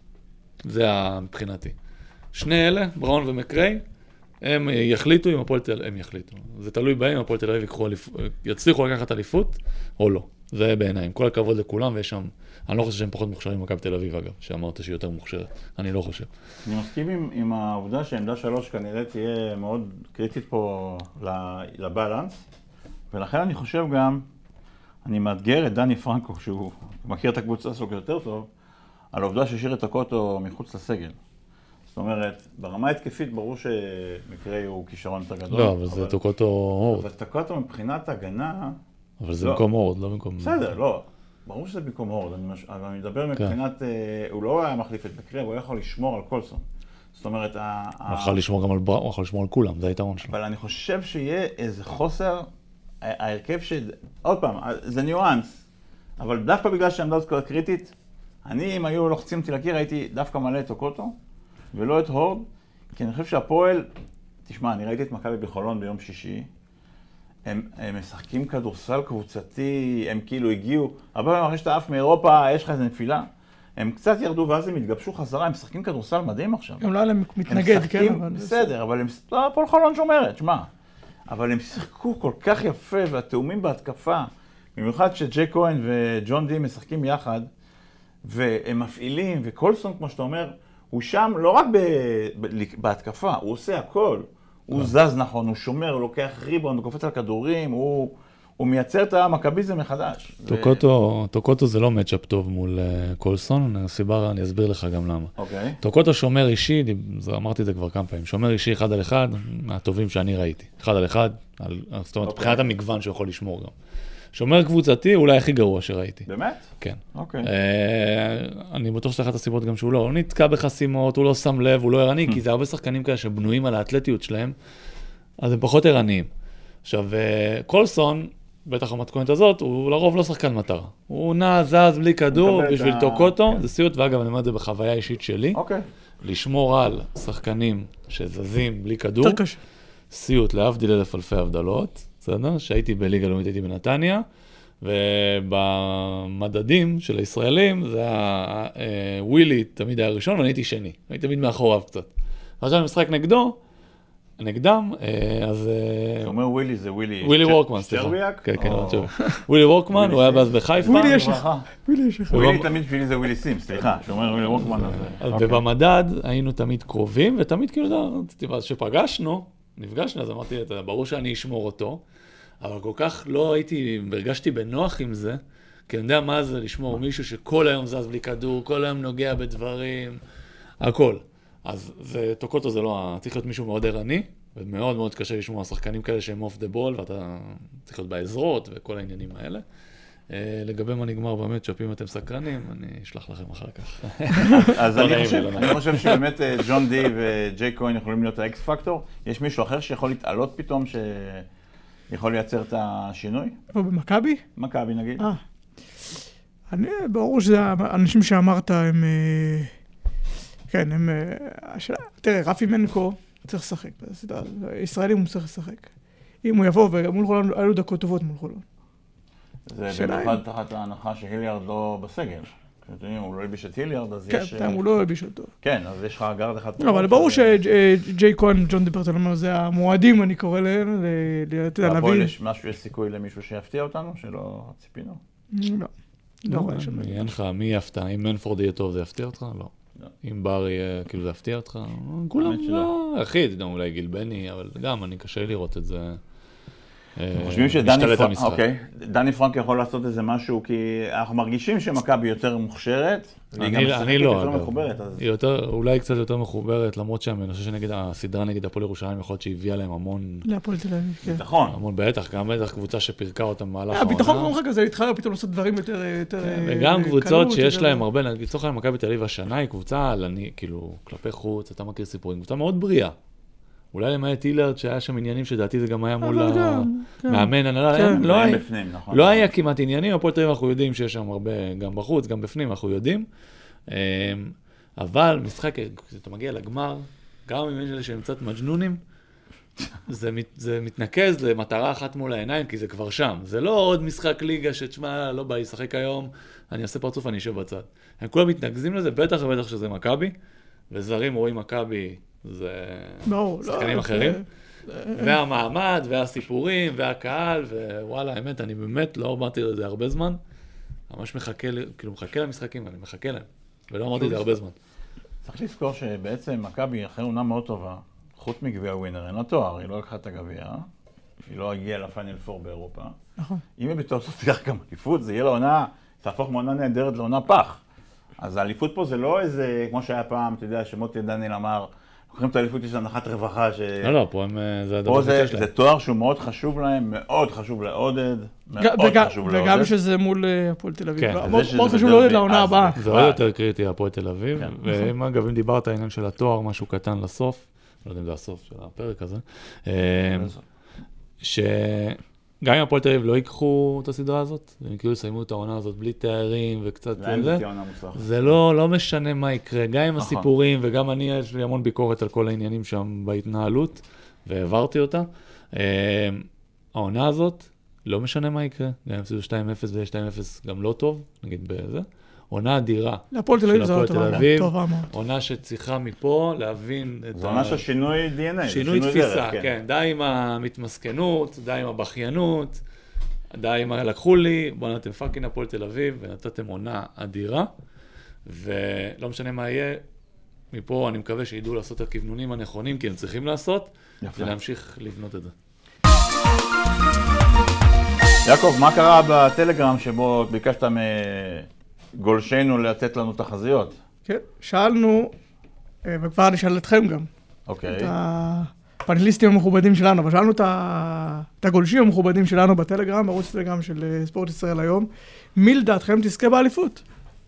זה מבחינתי. שני אלה, בראון ומקריי, הם יחליטו אם הפועל תל אביב, הם יחליטו. זה תלוי בהם, אם הפועל תל אביב יצליחו לקחת אליפות או לא. זה בעיניים. כל הכבוד לכולם, ויש שם, אני לא חושב שהם פחות מוכשרים ממכבי תל אביב, אגב, שאמרת שהיא יותר מוכשרת. אני לא חושב. אני מסכים עם, עם העובדה שעמדה שלוש כנראה תהיה מאוד קריטית פה לבלנס, ולכן אני חושב גם, אני מאתגר את דני פרנקו, שהוא מכיר את הקבוצה שלו יותר טוב, על העובדה שהשאיר את טוקוטו מחוץ לסגל. זאת אומרת, ברמה התקפית ברור שמקרה הוא כישרון יותר גדול. לא, אבל זה טוקוטו הורד. אבל טוקוטו מבחינת הגנה... אבל זה במקום הורד, לא במקום... בסדר, לא. ברור שזה במקום הורד, אבל אני מדבר מבחינת... הוא לא היה מחליף את מקרה, הוא יכול לשמור על קולסון. זאת אומרת... הוא יכול לשמור גם על בראון, הוא יכול לשמור על כולם, זה היתרון שלו. אבל אני חושב שיהיה איזה חוסר, ההרכב ש... עוד פעם, זה ניואנס, אבל דווקא בגלל שהעמדה הזאת קריטית, אני, אם היו לוחצים אותי לקיר, הייתי דווקא מלא את טוקוטו, ולא את הורד, כי אני חושב שהפועל, תשמע, אני ראיתי את מכבי בחולון ביום שישי, הם, הם משחקים כדורסל קבוצתי, הם כאילו הגיעו, הרבה פעמים אחרי שאתה עף מאירופה, יש לך איזה נפילה, הם קצת ירדו ואז הם התגבשו חזרה, הם משחקים כדורסל מדהים עכשיו. הם לא היה להם מתנגד, כן? אבל... בסדר, אבל הם, לא, הפועל חולון שומרת, שמה, אבל הם שיחקו כל כך יפה, והתאומים בהתקפה, במיוחד שג'יי כהן וג'ון די משחקים יחד, והם מפעילים, וקולסון, כמו שאתה אומר, הוא שם לא רק בהתקפה, הוא עושה הכל. הוא זז נכון, הוא שומר, הוא לוקח ריבון, הוא קופץ על כדורים, הוא, הוא מייצר את המכביזם מחדש. טוקוטו, ו... טוקוטו זה לא מצ'אפ טוב מול uh, קולסון, הסיבה, אני אסביר לך גם למה. אוקיי. טוקוטו שומר אישי, אמרתי את זה כבר כמה פעמים, שומר אישי אחד על אחד, מהטובים שאני ראיתי. אחד על אחד, על, זאת אומרת, אוקיי. מבחינת המגוון שיכול לשמור גם. שומר קבוצתי, אולי הכי גרוע שראיתי. באמת? כן. אוקיי. אני בטוח שזה אחת הסיבות גם שהוא לא, הוא נתקע בחסימות, הוא לא שם לב, הוא לא ערני, כי זה הרבה שחקנים כאלה שבנויים על האתלטיות שלהם, אז הם פחות ערניים. עכשיו, קולסון, בטח המתכונת הזאת, הוא לרוב לא שחקן מטרה. הוא נע, זז, בלי כדור, בשביל טוקוטו, זה סיוט, ואגב, אני אומר את זה בחוויה אישית שלי, לשמור על שחקנים שזזים בלי כדור, סיוט, להבדיל אלף אלפי הבדלות, בסדר? שהייתי בליגה לאומית, הייתי בנתניה, ובמדדים של הישראלים, זה היה, ווילי תמיד היה ראשון, ואני הייתי שני. הייתי תמיד מאחוריו קצת. עכשיו אני משחק נגדו, נגדם, אז... שאומר ווילי זה ווילי... ווילי וורקמן, סליחה. שרביאק? כן, כן, ווילי וורקמן, הוא היה אז בחיפה. ווילי יש לך. ווילי יש לך. ווילי תמיד בשבילי זה ווילי סים, סליחה. שאומר ווילי וורקמן הזה. ובמדד היינו תמיד קרובים, ותמיד כאילו, שפגשנו, נפגשנו, אז אמרתי, ברור שאני אשמור אותו, אבל כל כך לא הייתי, הרגשתי בנוח עם זה, כי אני יודע מה זה לשמור מישהו שכל היום זז בלי כדור, כל היום נוגע בדברים, הכל. אז זה, טוקוטו זה לא, צריך להיות מישהו מאוד ערני, ומאוד מאוד קשה לשמוע שחקנים כאלה שהם אוף דה בול, ואתה צריך להיות בעזרות וכל העניינים האלה. לגבי מה נגמר באמת, שאפים אתם סקרנים, אני אשלח לכם אחר כך. אז אני חושב שבאמת ג'ון די וג'יי כהן יכולים להיות האקס פקטור. יש מישהו אחר שיכול להתעלות פתאום, שיכול לייצר את השינוי? או במכבי? מכבי נגיד. אה. אני, ברור שזה האנשים שאמרת הם... כן, הם... תראה, רפי מנקו צריך לשחק. ישראלים הוא צריך לשחק. אם הוא יבוא ומול חולון, היו דקות טובות מול חולון. זה במיוחד תחת ההנחה שהיליארד לא בסגל. הוא לא הלביש את היליארד, אז יש... כן, הוא לא הלביש אותו. כן, אז יש לך גארד אחד... לא, אבל ברור שג'יי כהן וג'ון דיברטלמן זה המועדים, אני קורא להם, להביא... והפועל יש משהו, יש סיכוי למישהו שיפתיע אותנו, שלא ציפינו? לא. לא רואה שם. אין לך, מי יפתע? אם מנפורד יהיה טוב, זה יפתיע אותך? לא. אם בר יהיה, כאילו זה הפתיע אותך, כולם, אחי, אתה יודע, אולי גיל בני, אבל גם אני קשה לראות את זה. אתם חושבים שדני פרנק, אוקיי, דני פרנק יכול לעשות איזה משהו, כי אנחנו מרגישים שמכבי יותר מוכשרת, והיא גם משחקת יותר מחוברת. היא אולי קצת יותר מחוברת, למרות שאני חושב שנגד הסדרה נגד הפועל ירושלים, יכול להיות שהביאה להם המון... להפועל תל אביב, כן. ביטחון. המון בטח, גם בטח קבוצה שפירקה אותם במהלך העונה. הביטחון כמו לך כזה, התחלה פתאום לעשות דברים יותר... וגם קבוצות שיש להם הרבה, לצורך העניין מכבי תל אביב השנה היא קבוצה, כאילו, כלפי חוץ, אתה מכיר סיפורים, קבוצה מאוד בריאה. אולי למעט הילרד שהיה שם עניינים שדעתי זה גם היה מול המאמן, לא היה כמעט עניינים, הפועל תל אביב אנחנו יודעים שיש שם הרבה גם בחוץ, גם בפנים אנחנו יודעים, אבל משחק, כשאתה מגיע לגמר, גם אם יש אלה שהם קצת מג'נונים, זה מתנקז למטרה אחת מול העיניים, כי זה כבר שם, זה לא עוד משחק ליגה שתשמע, לא בא לשחק היום, אני אעשה פרצוף, אני אשב בצד. הם כולם מתנקזים לזה, בטח ובטח שזה מכבי, וזרים רואים מכבי, זה שחקנים אחרים, והמעמד, והסיפורים, והקהל, ווואלה, האמת, אני באמת לא אמרתי לזה הרבה זמן, ממש מחכה, כאילו מחכה למשחקים, אני מחכה להם, ולא אמרתי את זה הרבה זמן. צריך לזכור שבעצם מכבי אחרי עונה מאוד טובה, חוץ מגביע ווינר, אין לה תואר, היא לא לקחה את הגביע, היא לא הגיעה לפיינל פור באירופה. נכון. אם היא בתור זאת תיקח גם אליפות, זה יהיה לה עונה, תהפוך מעונה נהדרת לעונה פח. אז האליפות פה זה לא איזה, כמו שהיה פעם, אתה יודע, שמוטי דניאל אמר, לוקחים את האליפות, יש הנחת רווחה ש... לא, לא, פה הם, זה הדבר פה זה תואר שהוא מאוד חשוב להם, מאוד חשוב לעודד, מאוד חשוב לעודד. וגם שזה מול הפועל תל אביב. מאוד חשוב לעודד לעונה הבאה. זה עוד יותר קריטי, הפועל תל אביב. ואם אגב, אם דיברת העניין של התואר, משהו קטן לסוף, לא יודע אם זה הסוף של הפרק הזה, שגם אם הפועל תל אביב לא ייקחו את הסדרה הזאת, הם כאילו יסיימו את העונה הזאת בלי תארים וקצת זה, זה לא, לא משנה מה יקרה, גם עם הסיפורים וגם אני, יש לי המון ביקורת על כל העניינים שם בהתנהלות, והעברתי אותה. העונה הזאת, לא משנה מה יקרה, גם אם זה שתיים אפס ו-שתיים אפס גם לא טוב, נגיד בזה. עונה אדירה. להפועל תל אביב זה לא טובה מאוד. עונה שצריכה מפה להבין את ה... זו עונה של שינוי די אן איי. שינוי תפיסה, כן. די עם המתמסכנות, די עם הבכיינות, די עם לקחו לי, בוא נתתם פאקינג הפועל תל אביב, ונתתם עונה אדירה, ולא משנה מה יהיה, מפה אני מקווה שידעו לעשות את הכיוונונים הנכונים, כי הם צריכים לעשות, ולהמשיך לבנות את זה. יעקב, מה קרה בטלגרם שבו ביקשת מ... גולשנו לתת לנו תחזיות. כן, שאלנו, וכבר נשאל אתכם גם. אוקיי. את הפאנליסטים המכובדים שלנו, אבל שאלנו את הגולשים המכובדים שלנו בטלגרם, בערוץ טלגרם של ספורט ישראל היום, מי לדעתכם תזכה באליפות?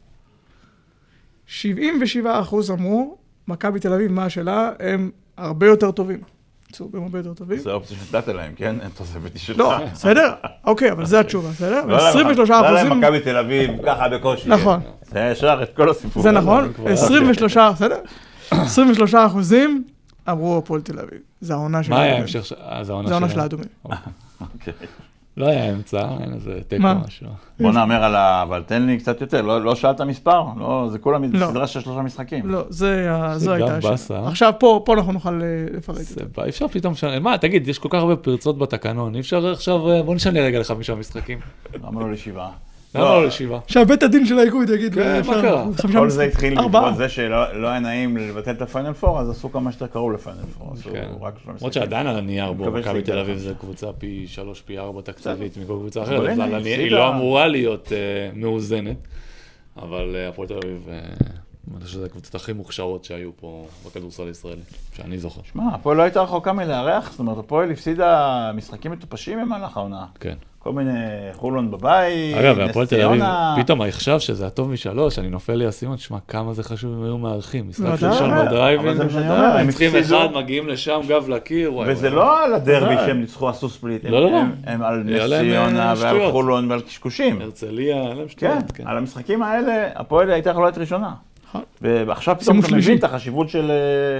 שבעים ושבעה אחוז אמרו, מכבי תל אביב, מה השאלה, הם הרבה יותר טובים. צהובים הרבה יותר טובים. זה האופציה שנתת להם, כן? אין תוספת שלך. לא, בסדר? אוקיי, אבל זה התשובה, בסדר? עשרים ושלושה אחוזים... לא להם מכבי תל אביב, ככה בקושי. נכון. זה ישר את כל הסיפור. זה נכון, עשרים ושלושה, בסדר? עשרים ושלושה אחוזים אמרו הפועל תל אביב. זה העונה של... מה היה המשך? זה העונה של האדומים. אוקיי. לא היה אמצע, אין איזה תיקו משהו. בוא נאמר על ה... אבל תן לי קצת יותר, לא שאלת מספר? זה כולה סדרה של שלושה משחקים. לא, זו הייתה השאלה. עכשיו, פה אנחנו נוכל לפרט את זה. אפשר פתאום לשנה, מה, תגיד, יש כל כך הרבה פרצות בתקנון, אי אפשר עכשיו, בוא נשנה רגע לחמישה משחקים. למה לא לשבעה? למה לא לשבעה? שהבית הדין של האיגוד יגיד, מה קרה? כל זה התחיל בעקבות זה שלא היה נעים לבטל את הפיינל פור, אז עשו כמה שיותר קראו לפיינל פור. למרות שעדיין על הנייר בו, מכבי תל אביב זה קבוצה פי שלוש, פי ארבע תקציבית מכל קבוצה אחרת, היא לא אמורה להיות מאוזנת, אבל הפועל תל אביב, אני חושב שזה הקבוצות הכי מוכשרות שהיו פה בכדורסל הישראלי, שאני זוכר. שמע, הפועל לא הייתה רחוקה מלארח, זאת אומרת, הפועל הפסידה משחקים מטופשים במהלך העונה. כן. כל מיני חולון בבית, אגב, והפועל תל אביב, פתאום עכשיו שזה הטוב משלוש, אני נופל לי הסימון, תשמע כמה זה חשוב אם היו מארחים. משחק של שם בדרייבין, הם צריכים אחד, מגיעים לשם, גב לקיר. וזה לא על הדרבי שהם ניצחו, עשו ספליט, הם על נס ציונה ועל חולון ועל קשקושים. הרצליה, עליהם שטויות. כן, על המשחקים האלה, הפועל הייתה יכולה להיות ראשונה. ועכשיו פתאום אתה מבין את החשיבות של...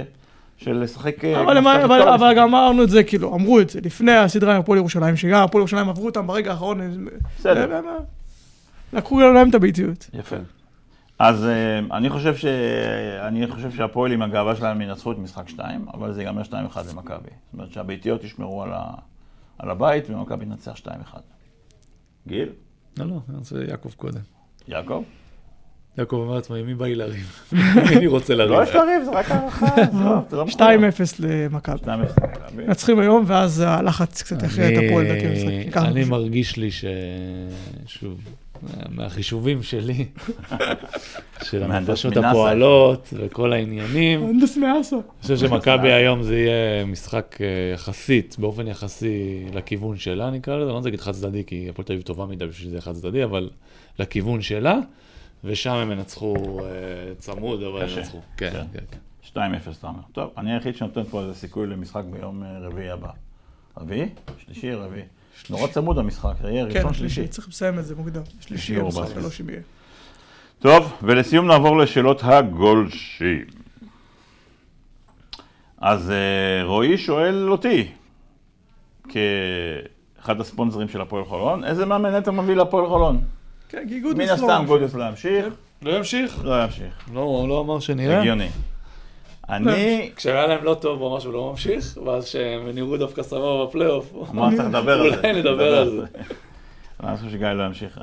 של לשחק... אבל גם אמרנו את זה, כאילו, אמרו את זה, לפני הסדרה עם הפועל ירושלים, שגם הפועל ירושלים עברו אותם ברגע האחרון, בסדר. לקחו להם את הביתיות. יפה. אז אני חושב ש... אני חושב שהפועל עם הגאווה שלהם ינצחו את משחק שתיים, אבל זה ייגמר שתיים אחד למכבי. זאת אומרת שהביתיות ישמרו על הבית, ומכבי ינצח שתיים אחד. גיל? לא, לא, זה יעקב קודם. יעקב? יעקב אומר לעצמי, מי בא לי לריב? מי אני רוצה לריב? לא יש לריב, זה רק הערכה. שתיים אפס למכבי. שתיים אפס למכבי. נצחים היום, ואז הלחץ קצת יכריע את הפועל דקה משחק. אני מרגיש לי ש... שוב, מהחישובים שלי, של הנפשות הפועלות וכל העניינים. הנדס מאסה. אני חושב שמכבי היום זה יהיה משחק יחסית, באופן יחסי לכיוון שלה, נקרא לזה. אני לא רוצה להגיד חד צדדי, כי הפועל תל אביב טובה מדי בשביל שזה חד צדדי, אבל לכיוון שלה, ושם הם ינצחו צמוד, אבל ינצחו. כן, כן, כן. שתיים אפס, אתה אומר. טוב, אני היחיד שנותן פה איזה סיכוי למשחק ביום רביעי הבא. רביעי? שלישי, רביעי. נורא צמוד המשחק, זה יהיה ראשון שלישי. צריך לסיים את זה מוקדם. שלישי יהיה משחק, לא שיהיה. טוב, ולסיום נעבור לשאלות הגולשים. אז רועי שואל אותי, כאחד הספונסרים של הפועל חולון, איזה מאמן אתה מביא לפועל חולון? כן, כי גודס מן הסתם גודס לא ימשיך. לא ימשיך? לא ימשיך. לא, הוא לא אמר שנראה. הגיוני. אני... כשהיה להם לא טוב, הוא אמר שהוא לא ממשיך, ואז שהם נראו דווקא סבבה בפלייאוף. אמר צריך לדבר על זה. אולי נדבר על זה. אני חושב שגיא לא ימשיך.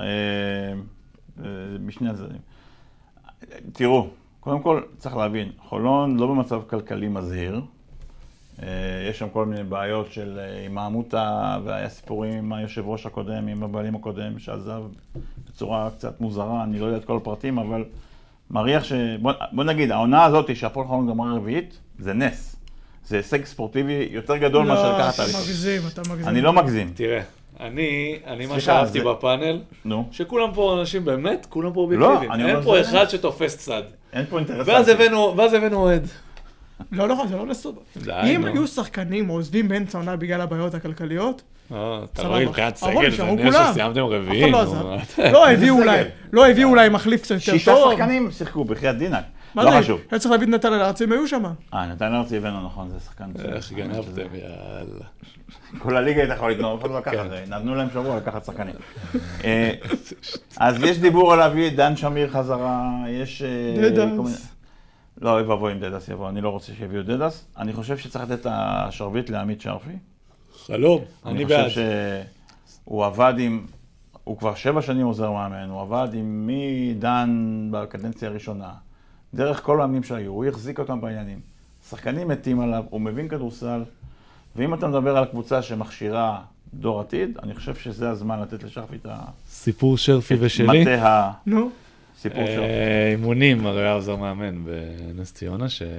בשני הצדדים. תראו, קודם כל צריך להבין, חולון לא במצב כלכלי מזהיר. יש שם כל מיני בעיות של עם העמותה, והיה סיפורים עם היושב ראש הקודם, עם הבעלים הקודם, שעזב בצורה קצת מוזרה, אני לא יודע את כל הפרטים, אבל מריח ש... בוא, בוא נגיד, העונה הזאת שהפועל חולון גמרה רביעית, זה נס. זה הישג ספורטיבי יותר גדול לא, מאשר לקחת אתה מגזים, אתה מגזים. אני לא מגזים. תראה, אני, אני מה שאהבתי זה... בפאנל, נו. שכולם פה אנשים באמת, כולם פה אובייקטיביים. לא, אין פה אחד שתופס צד. אין פה אינטרס. ואז הבאנו, ואז הבאנו אוהד. לא, לא, זה לא לסוד. אם היו שחקנים עוזבים באמצע העונה בגלל הבעיות הכלכליות, אתה רואה מבחינת סגל, זה נראה שסיימתם רביעים. לא הביאו אולי מחליף קצת יותר טוב. שישה שחקנים שיחקו בחייאת דינק. לא חשוב. היה צריך להביא את נתן ארצי, הם היו שם. אה, נתן ארצי הבאנו, נכון, זה שחקן. איך גנבתם, יאללה. כל הליגה הייתה יכולה לתנור, יכולו לקחת, נתנו להם שבוע לקחת שחקנים. אז יש דיבור על להביא דן שמיר חזרה, יש... דדס. לא, אוי ואבוי עם דדס יבוא, אני לא רוצה שיביאו דדס. אני חושב שצריך לתת את השרביט לעמית שרפי. שלום, אני בעד. אני חושב שהוא עבד עם, הוא כבר שבע שנים עוזר מאמן, הוא עבד עם מי דן בקדנציה הראשונה, דרך כל המאמנים שהיו, הוא החזיק אותם בעניינים. שחקנים מתים עליו, הוא מבין כדורסל, ואם אתה מדבר על קבוצה שמכשירה דור עתיד, אני חושב שזה הזמן לתת לשרפי את ה... סיפור שרפי ושלי. מטה ה... נו. סיפור שרפי. אימונים, הרי היה עוזר מאמן בנס ציונה, ש...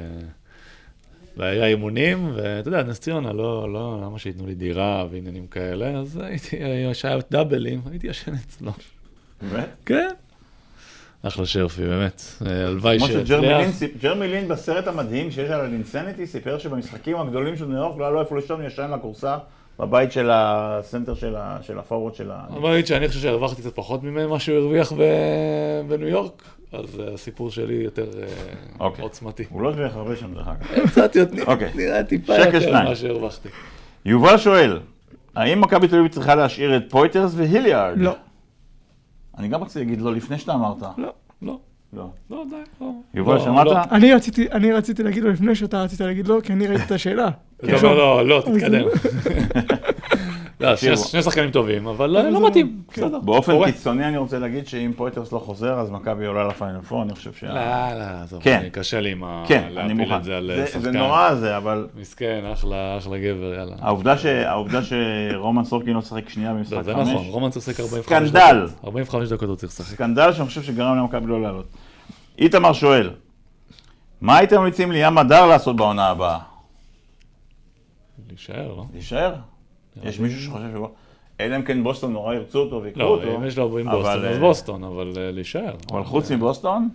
והיה אימונים, ואתה יודע, נס ציונה, לא, לא, למה שיתנו לי דירה ועניינים כאלה, אז הייתי, שהיה דאבלים, הייתי ישן אצלו. באמת? כן. אחלה שרפי, באמת. הלוואי שהצליח. כמו שג'רמי לין בסרט המדהים שיש על אינסניטי, סיפר שבמשחקים הגדולים של ניו יורק לא היה לו איפה לישון, ישן לקורסה בבית של הסנטר של הפורוורד של ה... הבית שאני חושב שהרווחתי קצת פחות ממה שהוא הרוויח בניו יורק, אז הסיפור שלי יותר עוצמתי. הוא לא הרוויח הרבה שם דרך אגב. קצת יותר, נראה טיפה יותר ממה שהרווחתי. יובל שואל, האם מכבי תל אביב צריכה להשאיר את פויטרס והיליארד? לא. אני גם רציתי להגיד לו לפני שאתה אמרת. לא, לא. לא. לא, די, לא. יובל, שמעת? אני רציתי להגיד לו לפני שאתה רצית להגיד לו, כי אני ראיתי את השאלה. לא, לא, לא, תתקדם. לא, שני שחקנים טובים, אבל לא מתאים. באופן קיצוני אני רוצה להגיד שאם פויטרס לא חוזר, אז מכבי עולה לפיינל פור, אני חושב שה... לא, לא, טוב, קשה לי להפיל את זה על שחקן. זה נורא זה, אבל... מסכן, אחלה, אחלה גבר, יאללה. העובדה שרומן סורקין לא שחק שנייה במשחק חמש... זה נכון, רומן שחק ארבעים וחמש דקות. סקנדל. ארבעים וחמש דקות הוא צריך לשחק. סקנדל שאני חושב שגרם למכבי לא לעלות. איתמר שואל, מה הייתם ממליצים לי ים הדר לעשות בעונה הבאה? להישאר, לא? להישאר? יש מישהו שחושב שבו... אלא אם כן בוסטון נורא ירצו אותו ויקרו אותו. לא, אם יש לו עם בוסטון, אז בוסטון, אבל להישאר. אבל חוץ מבוסטון,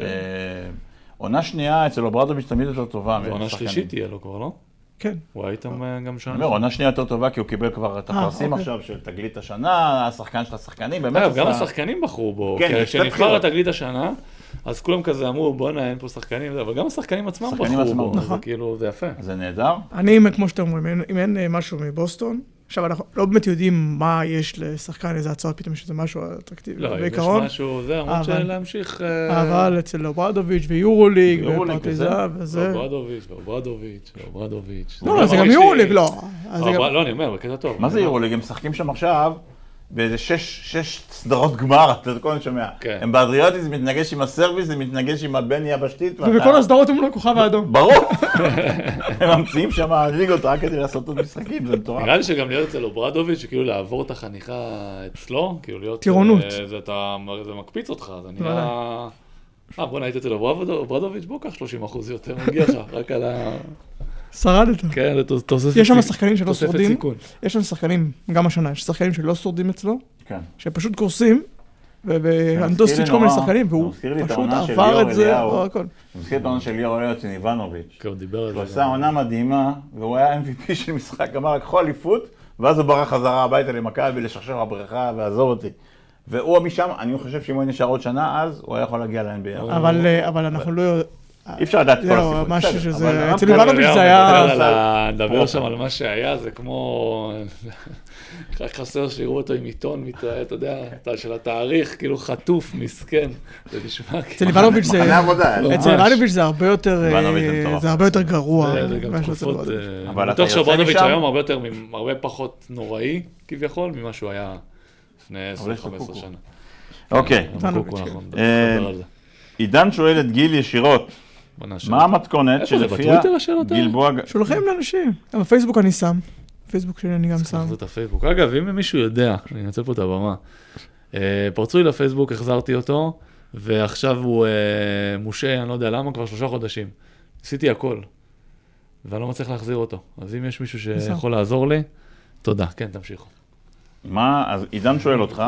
עונה שנייה אצל אוברדוביץ' תמיד יותר טובה. עונה שלישית תהיה לו כבר, לא? כן. הוא הייתם גם שנה. עונה שנייה יותר טובה כי הוא קיבל כבר את הפרסים עכשיו של תגלית השנה, השחקן של השחקנים, באמת... גם השחקנים בחרו בו, כשנבחר לתגלית השנה, אז כולם כזה אמרו, בוא'נה, אין פה שחקנים, אבל גם השחקנים עצמם בחרו בו, זה כאילו, זה יפה. זה נהדר. אני, כמו שאתם אומרים, אם אין משהו מבוסטון, עכשיו אנחנו לא באמת יודעים מה יש לשחקן, איזה הצעות, פתאום יש איזה משהו אטרקטיבי. לא, אם יש משהו, זה אמור להמשיך... אבל אצל אוברדוביץ' ויורוליג ופרטיזן וזה... אוברדוביץ' ואוברדוביץ' ואוברדוביץ'. לא, זה גם יורוליג, לא. לא, אני אומר, בקטע טוב. מה זה יורוליג? הם משחקים שם עכשיו באיזה שש, שש סדרות גמר, אתה כל הזמן שומע. כן. הם באדריאטיס, זה מתנגש עם הסרוויס, זה מתנגש עם הבן יבשתית. ובכל הסדרות הם לא כוכב האדום. ברור. הם ממציאים שם ליגות רק כדי לעשות עוד משחקים, זה מטורף. נראה לי שגם להיות אצל אוברדוביץ', שכאילו לעבור את החניכה אצלו, כאילו להיות... טירונות. זה, אתה, זה מקפיץ אותך, זה נראה... אה, בוא נהיית אצל אוברדוביץ', בוא קח שלושים אחוז יותר, מגיע לך, רק על ה... שרדת. כן, תוספת סיכון. יש שם שחקנים שלא שורדים, יש שם שחקנים, גם השנה, יש שחקנים שלא שורדים אצלו, שפשוט קורסים, ואנדוסטיץ' כל מיני שחקנים, והוא פשוט עבר את זה, או הכל. אני מזכיר את העונה של ליאור אליוץ עם איבנוביץ'. כן, הוא דיבר על זה. הוא עשה עונה מדהימה, והוא היה אם וי פי של משחק, אמר, לקחו אליפות, ואז הוא ברח חזרה הביתה למכבי, לשכשך בבריכה, ועזוב אותי. והוא משם, אני חושב שאם הוא נשאר עוד שנה, אז הוא היה יכול להגיע ל-אן בי איי. אבל אנחנו לא... אי אפשר לדעת כל הסיפור. אצל איבנוביץ' זה היה... לדבר שם על מה שהיה, זה כמו... רק חסר שיראו אותו עם עיתון, אתה יודע, של התאריך, כאילו חטוף, מסכן. זה נשמע... אצל איבנוביץ' זה... מחנה עבודה. אצל איבנוביץ' זה הרבה יותר... זה הרבה יותר גרוע. זה גם תקופות... אני בטוח שאיבנוביץ' היום הרבה יותר, הרבה פחות נוראי, כביכול, ממה שהוא היה לפני עשר חמש עשרה שנה. אוקיי. עידן שואל את גיל ישירות. מה המתכונת שלפיה גלבוע... שולחים לאנשים. בפייסבוק אני שם. בפייסבוק שלי אני גם שם. זה את הפייסבוק. אגב, אם מישהו יודע, אני אנצל פה את הבמה, פרצו לי לפייסבוק, החזרתי אותו, ועכשיו הוא מושה, אני לא יודע למה, כבר שלושה חודשים. עשיתי הכל, ואני לא מצליח להחזיר אותו. אז אם יש מישהו שיכול לעזור לי, תודה. כן, תמשיכו. מה, אז עידן שואל אותך,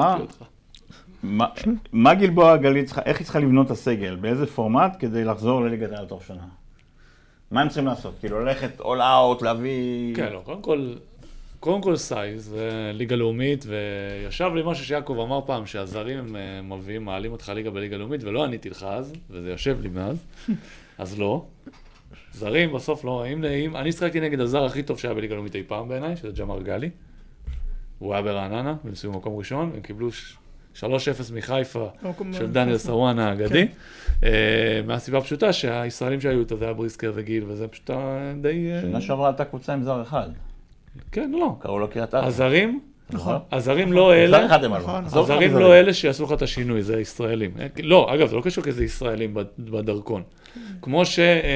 מה גלבוע גליל צריכה, איך היא צריכה לבנות את הסגל? באיזה פורמט כדי לחזור לליגת העל תוך שנה? מה הם צריכים לעשות? כאילו ללכת all out, להביא... כן, לא, קודם כל, קודם כל סייז, זה ליגה לאומית, וישב לי משהו שיעקב אמר פעם, שהזרים הם מביאים, מעלים אותך ליגה בליגה לאומית, ולא עניתי לך אז, וזה יושב לי מאז, אז לא. זרים בסוף לא, אם, אם, אני שחקתי נגד הזר הכי טוב שהיה בליגה לאומית אי פעם בעיניי, שזה ג'מר גלי. הוא היה ברעננה, ונסויים במקום ראשון, הם קיבלו שלוש אפס מחיפה של דניאל סרואנה האגדי, מהסיבה הפשוטה שהישראלים שהיו איתו, זה היה בריסקר וגיל, וזה פשוט די... שנה שעברה עלתה קבוצה עם זר אחד. כן, לא. קראו לו קריית אתא. הזרים, הזרים לא אלה, הזרים לא אלה שיעשו לך את השינוי, זה ישראלים. לא, אגב, זה לא קשור כי זה ישראלים בדרכון. כמו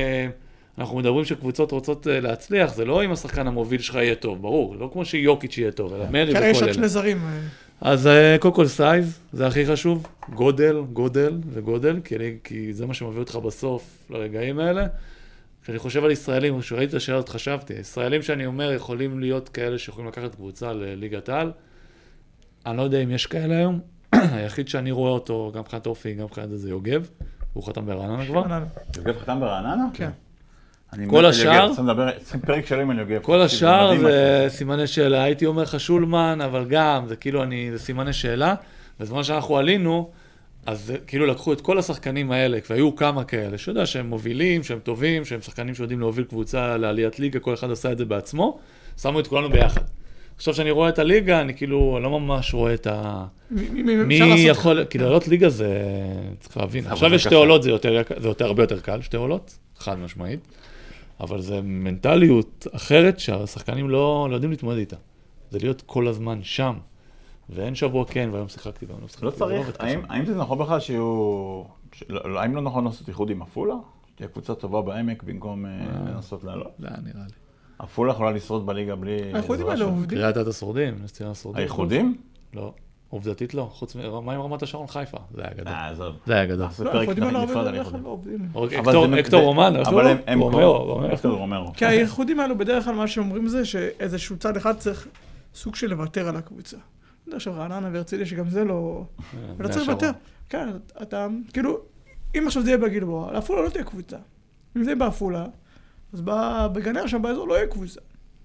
שאנחנו מדברים שקבוצות רוצות להצליח, זה לא אם השחקן המוביל שלך יהיה טוב, ברור, לא כמו שיוקיץ' יהיה טוב, אלא מרי וכל אלה. יש רק שני זרים. אז קודם כל סייז, זה הכי חשוב, גודל, גודל וגודל, כי, אני, כי זה מה שמביא אותך בסוף לרגעים האלה. כשאני חושב על ישראלים, כשראיתי את השאלה הזאת חשבתי, ישראלים שאני אומר יכולים להיות כאלה שיכולים לקחת קבוצה לליגת העל, אני לא יודע אם יש כאלה היום, היחיד שאני רואה אותו, גם מבחינת אופי, גם מבחינת זה יוגב, הוא חתם ברעננה כבר. יוגב חתם ברעננה? כן. כל השאר, פרק שלם על יוגב. כל השאר זה סימני שאלה, הייתי אומר לך שולמן, אבל גם, זה כאילו אני, זה סימני שאלה, בזמן שאנחנו עלינו, אז כאילו לקחו את כל השחקנים האלה, והיו כמה כאלה, שיודע שהם מובילים, שהם טובים, שהם שחקנים שיודעים להוביל קבוצה לעליית ליגה, כל אחד עשה את זה בעצמו, שמו את כולנו ביחד. עכשיו שאני רואה את הליגה, אני כאילו לא ממש רואה את ה... מי יכול... כי לעלות ליגה זה... צריך להבין. עכשיו יש שתי עולות, זה יותר, הרבה יותר קל, שתי עולות, חד משמעית. אבל זה מנטליות אחרת שהשחקנים לא, לא יודעים להתמודד איתה. זה להיות כל הזמן שם. ואין שבוע כן, והיום שיחקתי והיום לא שיחקתי. לא צריך, האם, האם זה נכון בכלל שהוא... לא, האם לא נכון לעשות איחוד עם אפולה? שתהיה קבוצה טובה בעמק במקום לנסות לעלות? לא, נראה לי. אפולה יכולה לשרוד בליגה בלי... האיחודים האלה עובדים. קריית אתא שורדים, נס ציונה שורדים. האיחודים? לא. עובדתית לא, חוץ מה עם רמת השרון חיפה? זה היה גדול. אה, עזוב. זה היה גדול. זה פרק נפרד על האיחודים. אקטור רומן, אבל הם רומרו. אקטור רומרו. כי האיחודים האלו בדרך כלל מה שאומרים זה שאיזשהו צד אחד צריך סוג של לוותר על הקבוצה. אני יודע שרעננה והרצליה שגם זה לא... אתה צריך לוותר. כן, אתה כאילו, אם עכשיו זה יהיה בגלבוע, לעפולה לא תהיה קבוצה. אם זה יהיה בעפולה, אז בגנר שם באזור לא יהיה קבוצה.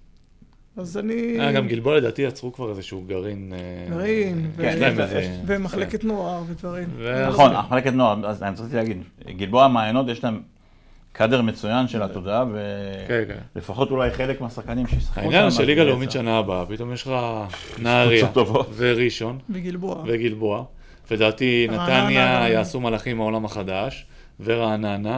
אז אני... גם גלבוע לדעתי יצרו כבר איזשהו גרעין... גרעין, ומחלקת נוער ודברים. נכון, מחלקת נוער, אז אני צריכתי להגיד, גלבוע המעיינות יש להם קאדר מצוין של התודעה, ולפחות אולי חלק מהשחקנים שישחקו. העניין של ליגה לאומית שנה הבאה, פתאום יש לך נהריה וראשון. וגלבוע. וגלבוע. ודעתי נתניה יעשו מלאכים מהעולם החדש, ורעננה,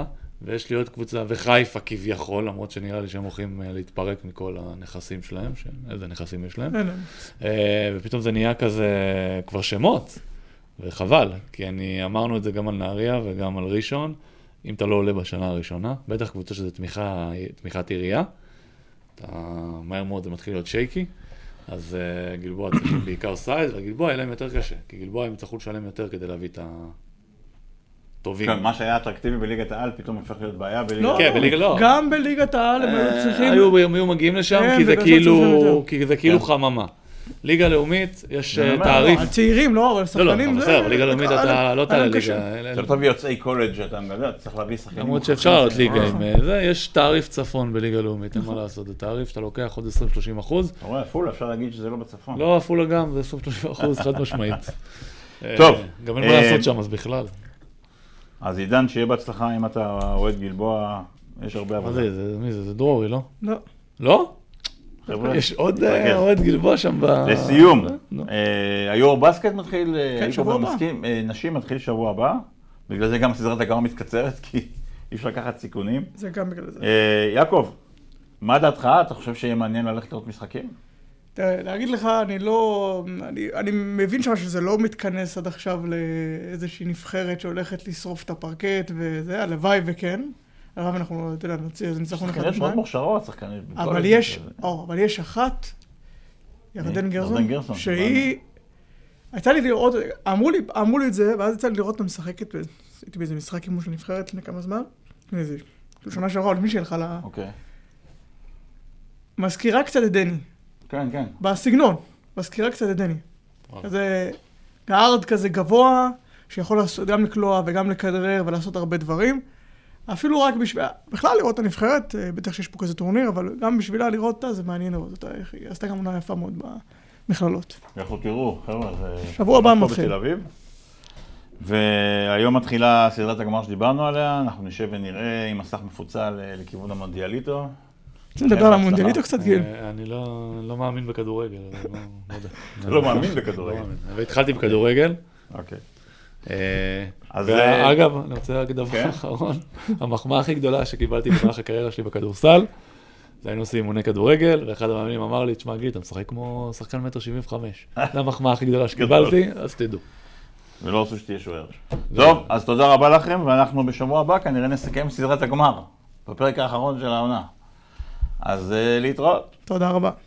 ויש לי עוד קבוצה, וחיפה כביכול, למרות שנראה לי שהם הולכים להתפרק מכל הנכסים שלהם, איזה נכסים יש להם. ופתאום זה נהיה כזה כבר שמות, וחבל, כי אני אמרנו את זה גם על נהריה וגם על ראשון, אם אתה לא עולה בשנה הראשונה, בטח קבוצה שזה תמיכה, תמיכת עירייה, אתה מהר מאוד זה מתחיל להיות שייקי, אז גלבוע צריכים בעיקר סייז, וגלבוע יהיה להם יותר קשה, כי גלבוע הם יצטרכו לשלם יותר כדי להביא את הטובים. כן, מה שהיה אטרקטיבי בליגת העל, פתאום הופך להיות בעיה בליגת לא, העל. כן, בליגה לא. גם בליגת העל הם היו צריכים... היו מגיעים לשם, כי זה כאילו, כי זה כאילו חממה. ליגה לאומית, יש תעריף. הצעירים לא, אבל שחקנים... לא, לא, בסדר, בליגה לאומית אתה לא תעלה ליגה. אתה לא תביא יוצאי קולג' שאתה מגדל, אתה צריך להביא שחקנים. למרות שאפשר לעלות ליגה עם זה, יש תעריף צפון בליגה לאומית, אין מה לעשות, זה תעריף שאתה לוקח עוד עשרים שלושים אחוז. אתה רואה, אפולה, אפשר להגיד שזה לא בצפון. לא, אפולה גם, זה עשרים שלושים אחוז, חד משמעית. טוב. גם אין מה לעשות שם, אז בכלל. אז עידן, שיהיה בהצלחה, אם אתה אוהד גלבוע, יש הרבה עבודה. מה זה, מי זה, זה דרורי, לא? לא. לא? יש עוד אוהד גלבוע שם ב... לסיום, היו"ר בסקט מתחיל, כן, שבוע הבא. נשים מתחיל שבוע הבא, בגלל זה גם סדרת הגמר מתקצרת, כי אי אפשר לקחת סיכונים. זה גם בגלל זה. יעקב, מה דעתך? אתה חושב שיהיה מעניין ללכת לראות משחקים? תראה, להגיד לך, אני לא... אני, אני מבין שם שזה לא מתכנס עד עכשיו לאיזושהי נבחרת שהולכת לשרוף את הפרקט וזה, הלוואי וכן. הרב אנחנו, אתה יודע, נוציא איזה ניצחון אחד. יש מאוד מוכשרות, שחקנים. אבל יש, או, אבל יש אחת, ירדן גרזון, שהיא... הייתה לי לראות, אמרו לי, אמרו לי את זה, ואז יצא לי לראות אותה משחקת, הייתי באיזה משחק אימון של נבחרת לפני כמה זמן, איזה שנה שעברה, עוד מישהי הלכה לה... אוקיי. מזכירה קצת את דני. כן, כן. בסגנון, מזכירה קצת את דני. כזה גארד כזה גבוה, שיכול גם לקלוע וגם לכדרר ולעשות הרבה דברים. אפילו רק בשביל, בכלל לראות את הנבחרת, בטח שיש פה כזה טורניר, אבל גם בשבילה לראות אותה, זה מעניין לראות אותה. היא עשתה גם עונה יפה מאוד במכללות. אנחנו תראו, חבר'ה, זה... שבוע הבא מתחיל. בתל אביב. והיום מתחילה סדרת הגמר שדיברנו עליה, אנחנו נשב ונראה עם מסך מפוצל לכיוון המונדיאליטו. רוצים לדבר על המונדיאליטו קצת, גיל? אני לא מאמין בכדורגל, לא יודע. אתה לא מאמין בכדורגל? והתחלתי בכדורגל. אוקיי. אגב, אני רוצה להגיד דבר אחרון, המחמאה הכי גדולה שקיבלתי במהלך הקריירה שלי בכדורסל, זה היינו עושים אימוני כדורגל, ואחד המאמנים אמר לי, תשמע גיל, אתה משחק כמו שחקן מטר שבעים וחמש. זה המחמאה הכי גדולה שקיבלתי, אז תדעו. ולא רצו שתהיה שוער. טוב, אז תודה רבה לכם, ואנחנו בשבוע הבא כנראה נסכם סדרת הגמר, בפרק האחרון של העונה. אז להתראות. תודה רבה.